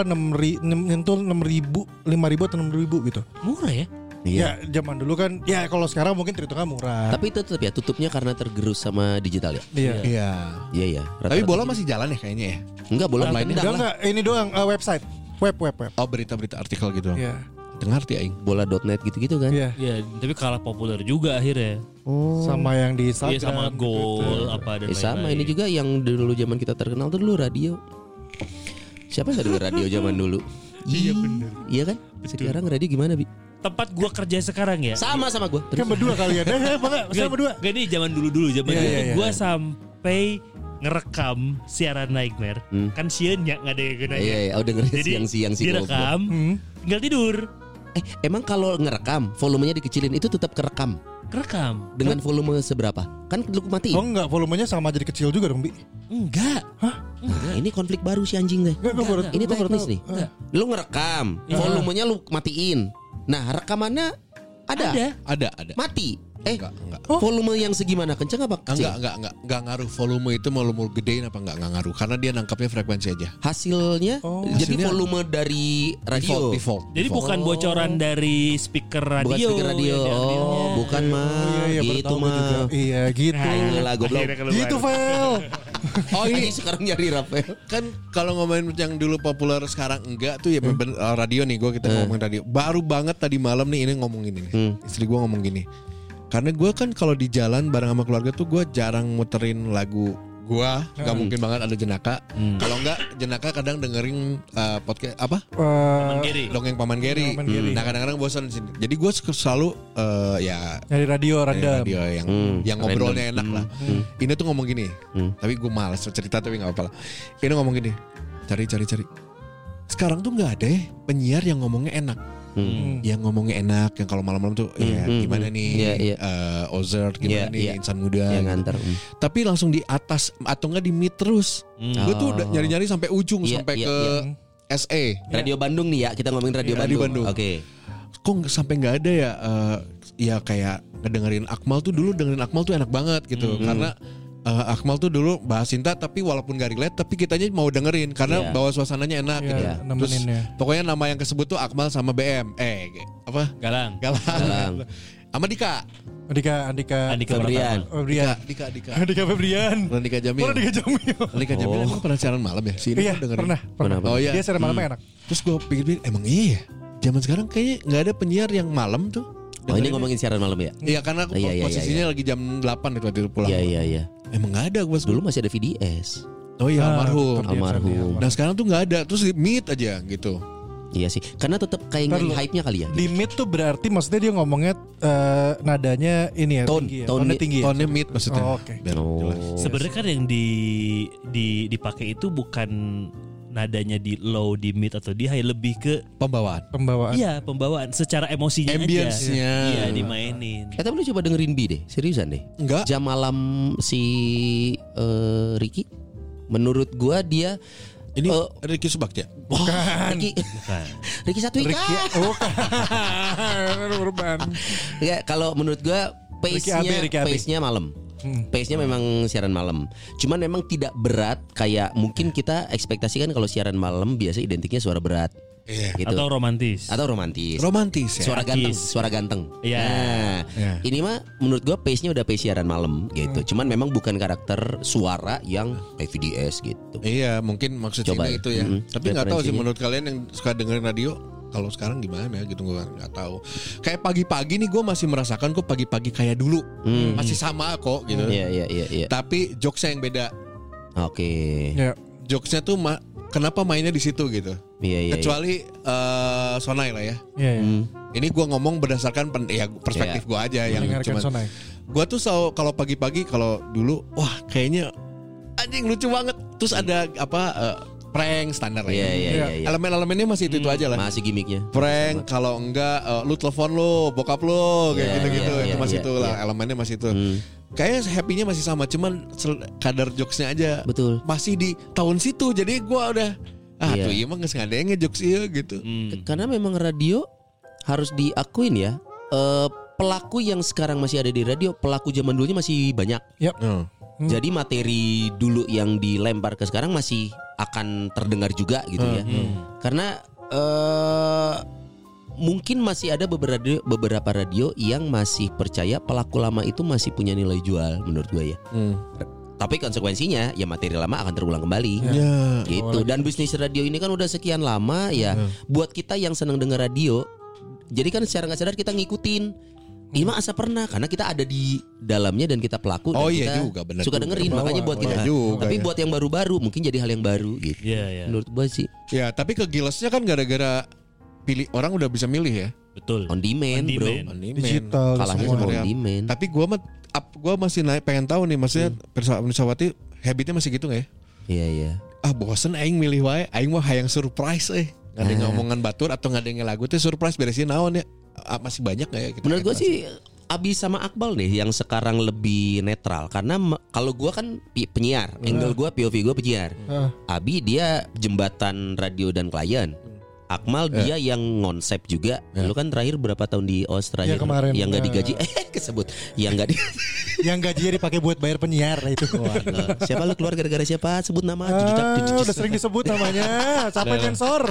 5.000 atau 6.000 gitu. Murah ya? Iya. Ya zaman dulu kan, ya kalau sekarang mungkin terhitungnya murah. Tapi tetap ya tutupnya karena tergerus sama digital ya. Iya. Iya. Iya ya. Tapi bola masih jalan ya kayaknya ya. Enggak bola Online-nya ditendang Udah lah. nggak, ini doang website, web. Oh berita-berita artikel gitu. Iya. Dengar aing. Bola.net gitu-gitu kan. Iya. Iya, tapi kalah populer juga akhirnya. Sama yang di Instagram. Iya sama gol apa dan Sama lain-lain. ini juga yang dulu zaman kita terkenal tuh dulu radio. Siapa yang denger radio zaman dulu? Iya bener. Iya kan? Sekarang radio gimana Bi? Tempat gua kerja sekarang ya. Sama gue. Kan berdua kali ya. Saya berdua. Gak nih zaman dulu Iya, dulu iya. gua sampai ngerekam siaran Nightmare. Kan sieun ya nggak ada yang gunanya. Iya, oh dengerin Jadi siang-siang sih. direkam, tinggal tidur. Emang kalau ngerekam volumenya dikecilin itu tetap kerekam Kerekam. dengan volume seberapa? Kan lu matiin. Oh enggak, volumenya sama jadi kecil juga dong, Bi. Enggak. Nah, ini konflik baru si anjing deh. Enggak. Ini teknis nih. Lu ngerekam, volumenya lu matiin. Nah, rekamannya ada. Ada. Mati. Enggak. Volume yang segimana? Kenceng apa kecil? Enggak ngaruh volume itu mau gedein apa enggak ngaruh karena dia nangkapnya frekuensi aja. Hasilnya jadi Hasilnya volume dari radio. Default. Jadi bukan bocoran dari speaker radio. Bukan speaker radio. yang diambilnya. Oh, bukan mah. Iya, baru Gitu tahu gua juga. mah. Iya, gitu. Ayolah goblok. Akhirnya keluar. Gitu, Vel. Oh ini Sekarang nyari Rafael. kan kalau ngomongin yang dulu populer sekarang enggak tuh ya radio nih kita ngomongin radio. Baru banget tadi malam nih ini ngomong gini. Istri gue ngomong gini. Karena gue kan kalau di jalan bareng sama keluarga tuh gue jarang muterin lagu gue, nggak mungkin banget ada Jenaka. Kalau enggak Jenaka kadang dengerin podcast apa? Paman Geri. Dongeng Paman Geri. Paman Geri. Nah kadang-kadang bosan di sini. Jadi gue selalu ya Nyari radio random. radio yang ngobrolnya enak lah. Ini tuh ngomong gini, tapi gue malas cerita tapi nggak apa-apa lah. Ini ngomong gini, cari. Sekarang tuh nggak ada ya penyiar yang ngomongnya enak. Yang ngomongnya enak, yang kalau malam-malam tuh ya gimana nih, Ozert gimana nih, Insan Muda Yang gitu. nganter. Tapi langsung di atas atau enggak di mid terus. Gue tuh udah nyari-nyari sampai ujung Iya, sampai iya, ke iya. SE. Radio Bandung nih ya, kita ngomongin Radio Radio Bandung. Bandung. Oke. Kok sampai nggak ada ya? Ya kayak ngedengerin Akmal tuh dulu dengerin Akmal tuh enak banget gitu, karena Akmal tuh dulu bahas cinta tapi walaupun gak relate tapi kitanya mau dengerin karena Iya. bawa suasananya enak Iya, gitu. Terus nemeninnya. pokoknya nama yang kesebut tuh Akmal sama BM. Apa? Galang. Galang. Sama Dika. Andika Febrian. Febrian. Dika. Andika Febrian. Dika Jamil. Andika Jamil. Dika Jamil emang pernah siaran malam ya? Si ini Iya, dengerin. pernah. Kenapa? Oh iya. Dia siaran malamnya enak. Terus gue pikir emang iya ya? Zaman sekarang kayaknya gak ada penyiar yang malam tuh. Oh ini ngomongin siaran malam ya? Iya karena aku Iya, posisinya lagi jam 8 itu waktu itu pulang. Iya. Emang gak ada gue Dulu masih ada VDS. Oh iya almarhum. tetap Almarhum. Nah sekarang tuh gak ada. Terus meet aja gitu. Iya sih. Karena tetap kayak Ntar nyari lu. hype-nya kali ya. Di mid tuh berarti maksudnya dia ngomongnya nadanya ini ya, Tone. tinggi ya. Tone- Tone tinggi ya. Tone meet maksudnya. Oh, oke. Biar jelas. Sebenarnya kan yang dipakai itu bukan nadanya di low, di mid atau di high, lebih ke Pembawaan. Pembawaan. iya pembawaan secara emosinya Ambience-nya. aja. Iya dimainin. Tapi lu coba dengerin B deh. Seriusan deh. Enggak. Jam malam si Ricky. Menurut gua dia Ini Ricky Subakti ya? Ricky Bukan. Ricky Satwika. Urban. Ya kalau menurut gua Ricky AB. pace-nya malam. Pace-nya memang siaran malam. Cuman memang tidak berat kayak mungkin kita ekspektasikan kalau siaran malam biasa identiknya suara berat. Iya. Gitu. Atau romantis. Atau romantis. Romantis ya. Suara ganteng. Iya. Nah, Iya. ini mah menurut gua pace-nya udah pace siaran malam gitu. Cuman memang bukan karakter suara yang kayak VDS gitu. Iya mungkin maksudnya Coba. itu ya. Tapi nggak tahu sih Referensinya. menurut kalian yang suka dengerin radio. Kalau sekarang gimana ya gitu gue nggak tahu. Kayak pagi-pagi nih gue masih merasakan kok pagi-pagi kayak dulu. Masih sama kok gitu. Iya. Tapi jokesnya yang beda. Oke. Ya. Jokesnya tuh kenapa mainnya di situ gitu. Iya. Kecuali Sonai lah ya. Iya. Ini gue ngomong berdasarkan perspektif gue aja yang Mendengarkan cuman. Sonai. Gue tuh kalau pagi-pagi kalau dulu wah kayaknya anjing lucu banget. Terus ada prank standar lah ya. Iya. Elemen-elemennya masih itu aja lah. Masih gimmicknya. Prank kalau enggak lu telepon lu bokap lu kayak Iya, gitu-gitu iya, itu iya, masih iya, itu lah iya. elemennya masih itu. Kayaknya happy-nya masih sama cuman kadar jokesnya aja Betul. masih di tahun situ jadi gua udah Iya. tuh iya mah geus ngadenge jokes ieu gitu. Karena memang radio harus diakuin ya, pelaku yang sekarang masih ada di radio, pelaku zaman dulunya masih banyak. Yap. Jadi materi dulu yang dilempar ke sekarang masih akan terdengar juga gitu ya. Karena mungkin masih ada beberapa radio yang masih percaya pelaku lama itu masih punya nilai jual menurut gue ya. Tapi konsekuensinya ya materi lama akan terulang kembali. Gitu. Dan bisnis radio ini kan udah sekian lama ya. Buat kita yang senang dengar radio, jadi kan secara nggak sadar kita ngikutin. Ini mah asa pernah karena kita ada di dalamnya dan kita pelaku dan kita juga, bener suka juga. dengerin makanya buat kita. Juga, Tapi ya. buat yang baru-baru mungkin jadi hal yang baru gitu. Iya. Menurut gue sih Ya, tapi kegilesnya kan gara-gara pilih orang udah bisa milih ya. Betul. on demand, bro. On demand. Digital Kalahnya semua. sama on demand. Tapi gua masih pengen tahu nih maksudnya Pirsawati habitnya masih gitu nggak ya? Iya. Bosen aing milih wae, aing mah hayang surprise Nggak ada ngomongan batur atau nggak ada lagu tuh surprise beresin naon ya. Masih banyak nggak ya kita? Menurut gue sih Abi sama Akbal nih yang sekarang lebih netral karena kalau gue kan penyiar, angle gue POV gue penyiar. Abi dia jembatan radio dan klien. Akmal dia yang ngonsep juga. Lu kan terakhir berapa tahun di Australia kemarin. yang nggak digaji kesebut yang nggak di Yang gajinya dipakai buat bayar penyiar itu. siapa lu keluar gara-gara siapa sebut nama Udah sering disebut namanya. Sampai sensor.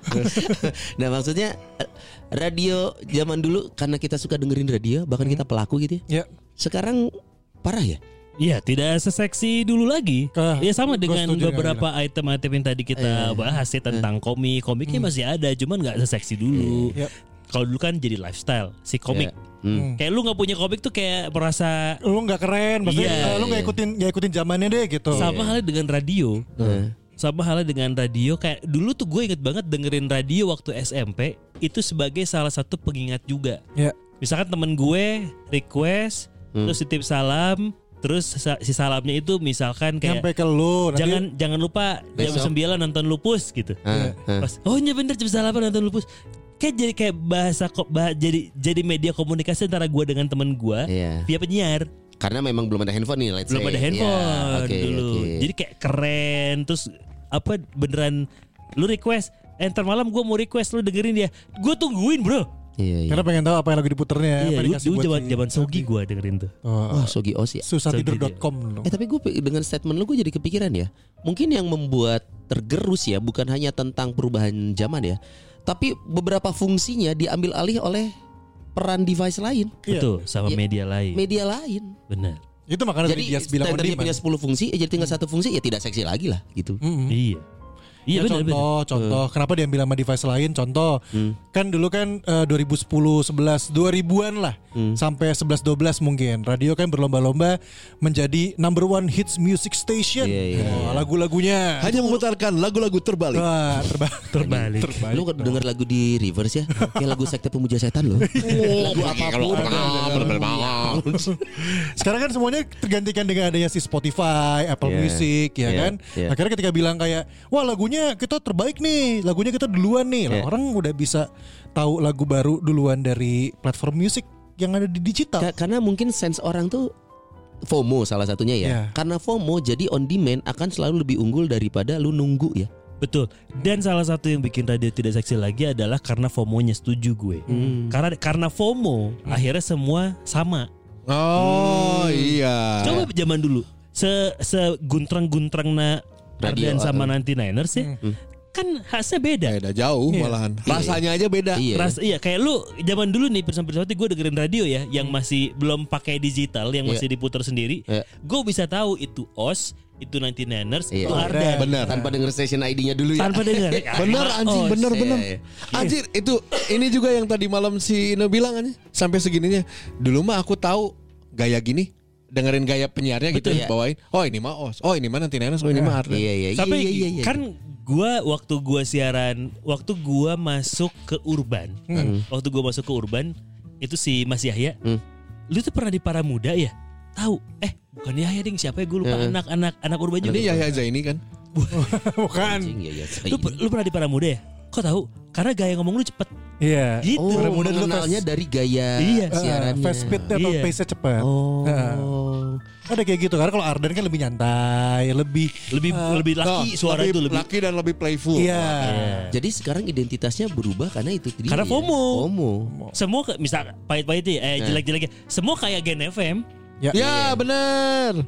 Nah maksudnya radio zaman dulu karena kita suka dengerin radio bahkan kita pelaku gitu ya. Ya. Sekarang parah ya. Iya, tidak seseksi dulu lagi. Ya sama Gua dengan setuju beberapa item-item yang tadi kita bahas ya tentang komik. Komiknya masih ada, cuman nggak seseksi dulu. Iya. Kalau dulu kan jadi lifestyle si komik. Iya. Kayak lu nggak punya komik tuh kayak merasa Lu nggak keren, maksudnya Iya. lu nggak ikutin zamannya deh gitu. sama halnya dengan radio. Sama halnya dengan radio. Kayak dulu tuh gue inget banget dengerin radio waktu SMP itu sebagai salah satu pengingat juga. Ya. Misalkan temen gue request, terus titip salam. Terus si salamnya itu misalkan kayak Nyampe ke lu nanti, jangan lupa jam 9 nonton Lupus gitu. Pas, oh iya bener jam 8 nonton Lupus. Kayak bahasa jadi media komunikasi antara gue dengan temen gue Iya. via penyiar. Karena memang belum ada handphone nih, let's Belum say. ada handphone Ya, oke, dulu. oke. Jadi kayak keren. Terus apa beneran lu request ntar malam gue mau request lu dengerin dia. Gue tungguin bro. Iya. karena pengen tahu apa yang lagi diputernya. Iya, apa dikasih dulu buat si- zaman Sogi gue dengerin tuh. Wah, Sogi Os ya. Susahtidur.com dulu. Tapi gue dengan statement lu gue jadi kepikiran ya. Mungkin yang membuat tergerus ya bukan hanya tentang perubahan zaman ya, tapi beberapa fungsinya diambil alih oleh peran device lain, Iya. Betul, sama Iya. media lain. media lain. Benar. Itu makanya Jadi dia bilang on standarnya demand. punya 10 fungsi, jadi tinggal satu fungsi ya tidak seksi lagi lah gitu. Iya. Iya Ya, benar. contoh kenapa diambil sama device lain? Contoh kan dulu kan 2010, 11, 2000-an lah sampai 11, 12 mungkin. Radio kan berlomba-lomba menjadi number one hits music station. Iya. Lagu-lagunya. Hanya memutarkan lagu-lagu terbalik. Wah, Terbalik. Lu denger lagu di reverse ya, kayak lagu sekte pemuja setan loh. Lagu apapun. Sekarang kan semuanya tergantikan dengan adanya si Spotify, Apple Yeah. Music, ya Yeah. kan. Yeah. Akhirnya ketika bilang kayak, wah lagunya kita terbaik nih, lagunya kita duluan nih. Lah, Yeah. orang udah bisa tahu lagu baru duluan dari platform musik yang ada di digital. Karena mungkin sense orang tuh FOMO salah satunya ya. Yeah. Karena FOMO jadi on demand akan selalu lebih unggul daripada lu nunggu ya. Betul. Dan salah satu yang bikin radio tidak seksi lagi adalah karena FOMO-nya, setuju gue. Karena FOMO akhirnya semua sama. Oh iya. Coba zaman dulu seguntrang-guntrang Radio, Ardan sama 99ers ya. Kan khasnya beda. Beda jauh malahan. Rasanya aja beda. Iya. Iya kayak lu zaman dulu nih bersama-bersama gue dengerin radio ya yang masih belum pakai digital, yang masih diputar sendiri. Iya. Gue bisa tahu itu OS, itu 99ers, Iya. itu Ardan. Bener. Tanpa denger station ID-nya dulu ya. Tanpa dengar. Bener anjing, OS. bener. Iya. Anjir, itu ini juga yang tadi malam si Ino bilang kan sampai segininya. Dulu mah aku tahu gaya gini, dengerin gaya penyiarnya gitu, Betul, ya. bawain. Oh ini mah OS, oh ini mah nanti nenes, oh ini mah Ardan. Iya. Sampai Iya. kan waktu gua siaran, waktu gua masuk ke Urban, waktu gua masuk ke Urban itu si Mas Yahya, lu tuh pernah di Para Muda ya? Tahu? Bukan Yahya ding, siapa ya? Gue lupa anak Urban juga. Ini Yahya Zaini kan? Bukan. Iya. Lu pernah di Para Muda ya? Kok tahu? Karena gaya ngomong lu cepet. Iya. Gitu. Oh, Para Muda dulu mengenalnya dari gaya Iya. siarannya. Fast speed atau Iya. pace-nya cepat. Oh. Ada kayak gitu karena kalau Ardan kan lebih nyantai, lebih laki suara lebih itu lebih laki dan lebih playful. iya. Jadi sekarang identitasnya berubah karena itu dia. Karena FOMO. FOMO. Semua misal pahit-pahitnya jelek-jeleknya semua kayak Gen FM. Ya benar.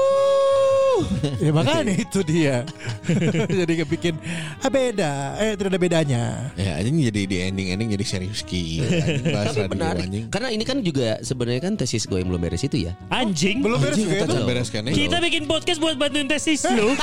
Ya makanya itu dia. Jadi kebikin beda, tidak ada bedanya. Ya ini jadi di ending jadi serius ki. Tapi menarik. Karena ini kan juga sebenarnya kan tesis gue yang belum beres itu ya. Anjing. Belum beres juga itu. beres kan ya. Kita bikin podcast buat bantuin tesis lo.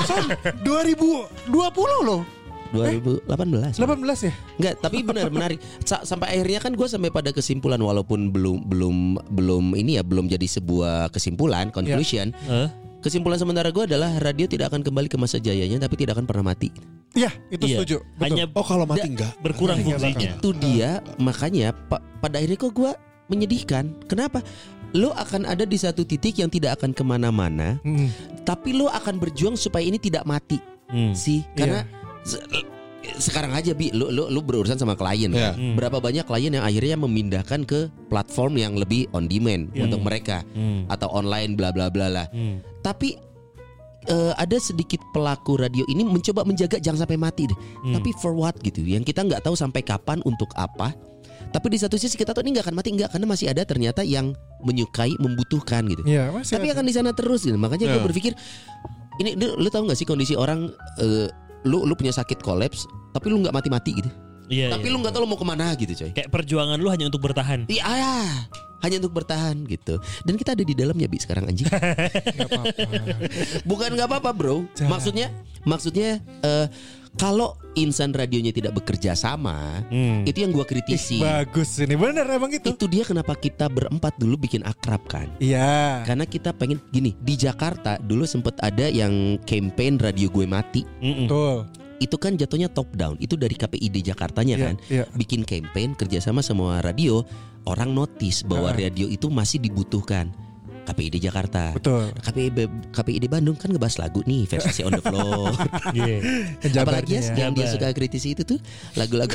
2020 loh. 2018. 18 ya? Enggak, tapi benar menarik. Sampai akhirnya kan gue sampai pada kesimpulan walaupun belum ini ya belum jadi sebuah kesimpulan conclusion. Kesimpulan sementara gue adalah radio tidak akan kembali ke masa jayanya tapi tidak akan pernah mati. Iya, itu setuju. Betul. Hanya kalau mati enggak berkurang fungsinya. Itu dia makanya pada akhirnya kok gue menyedihkan. Kenapa? Lo akan ada di satu titik yang tidak akan kemana-mana, tapi lo akan berjuang supaya ini tidak mati. Karena sekarang aja lu berurusan sama klien kan? Berapa banyak klien yang akhirnya memindahkan ke platform yang lebih on demand untuk mereka atau online bla bla bla lah. Tapi ada sedikit pelaku radio ini mencoba menjaga jangan sampai mati deh. Tapi for what gitu? Yang kita nggak tahu sampai kapan untuk apa. Tapi di satu sisi kita tahu ini nggak akan mati karena masih ada ternyata yang menyukai membutuhkan gitu. Tapi akan di sana terus gitu. Makanya gue berpikir ini lu tahu nggak sih kondisi orang lu punya sakit kolaps tapi lu nggak mati-mati gitu. Tapi lu nggak tahu lu mau kemana gitu coy. Kayak perjuangan lu hanya untuk bertahan. Iya, hanya untuk bertahan gitu. Dan kita ada di dalamnya Bi sekarang anjing. Gak apa-apa. Bukan nggak apa-apa bro. Maksudnya kalau insan radionya tidak bekerja sama, itu yang gua kritisi. Bagus ini bener emang itu. Itu dia kenapa kita berempat dulu bikin akrab kan. Iya. Karena kita pengen gini, di Jakarta dulu sempet ada yang campaign radio gue mati. Betul. Itu kan jatuhnya top down. Itu dari KPID Jakartanya kan. Bikin campaign kerjasama semua radio. Orang notice bahwa radio itu masih dibutuhkan. KPID Jakarta. Betul. KPID Bandung kan ngebahas lagu nih versi on the floor. Apalagi yang dia suka kritisi itu tuh lagu-lagu.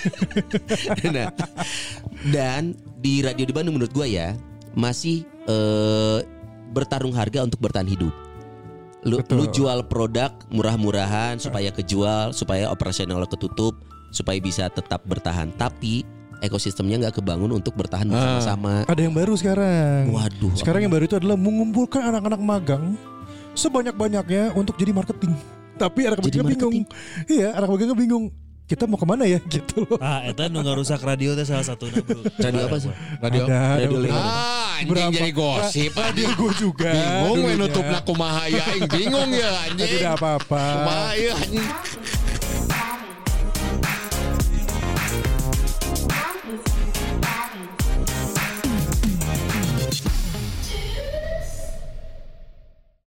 Nah, dan di radio di Bandung menurut gue ya masih bertarung harga untuk bertahan hidup. Lu jual produk murah-murahan supaya kejual, supaya operasional ketutup, supaya bisa tetap bertahan. Tapi ekosistemnya nggak kebangun untuk bertahan bersama-sama. Ada yang baru sekarang. Waduh. Sekarang yang baru itu adalah mengumpulkan anak-anak magang sebanyak-banyaknya untuk jadi marketing. Tapi anak magangnya bingung. Iya, anak magangnya bingung. Kita mau kemana ya gitu loh. Eta nu ngarusak radio teh salah satu bro. Radio apa sih? Radio anjing jadi gosip. Radio gue juga. Bingung menutup kumaha ya bingung ya anjing. Tidak apa-apa. Kumaha ya anjing.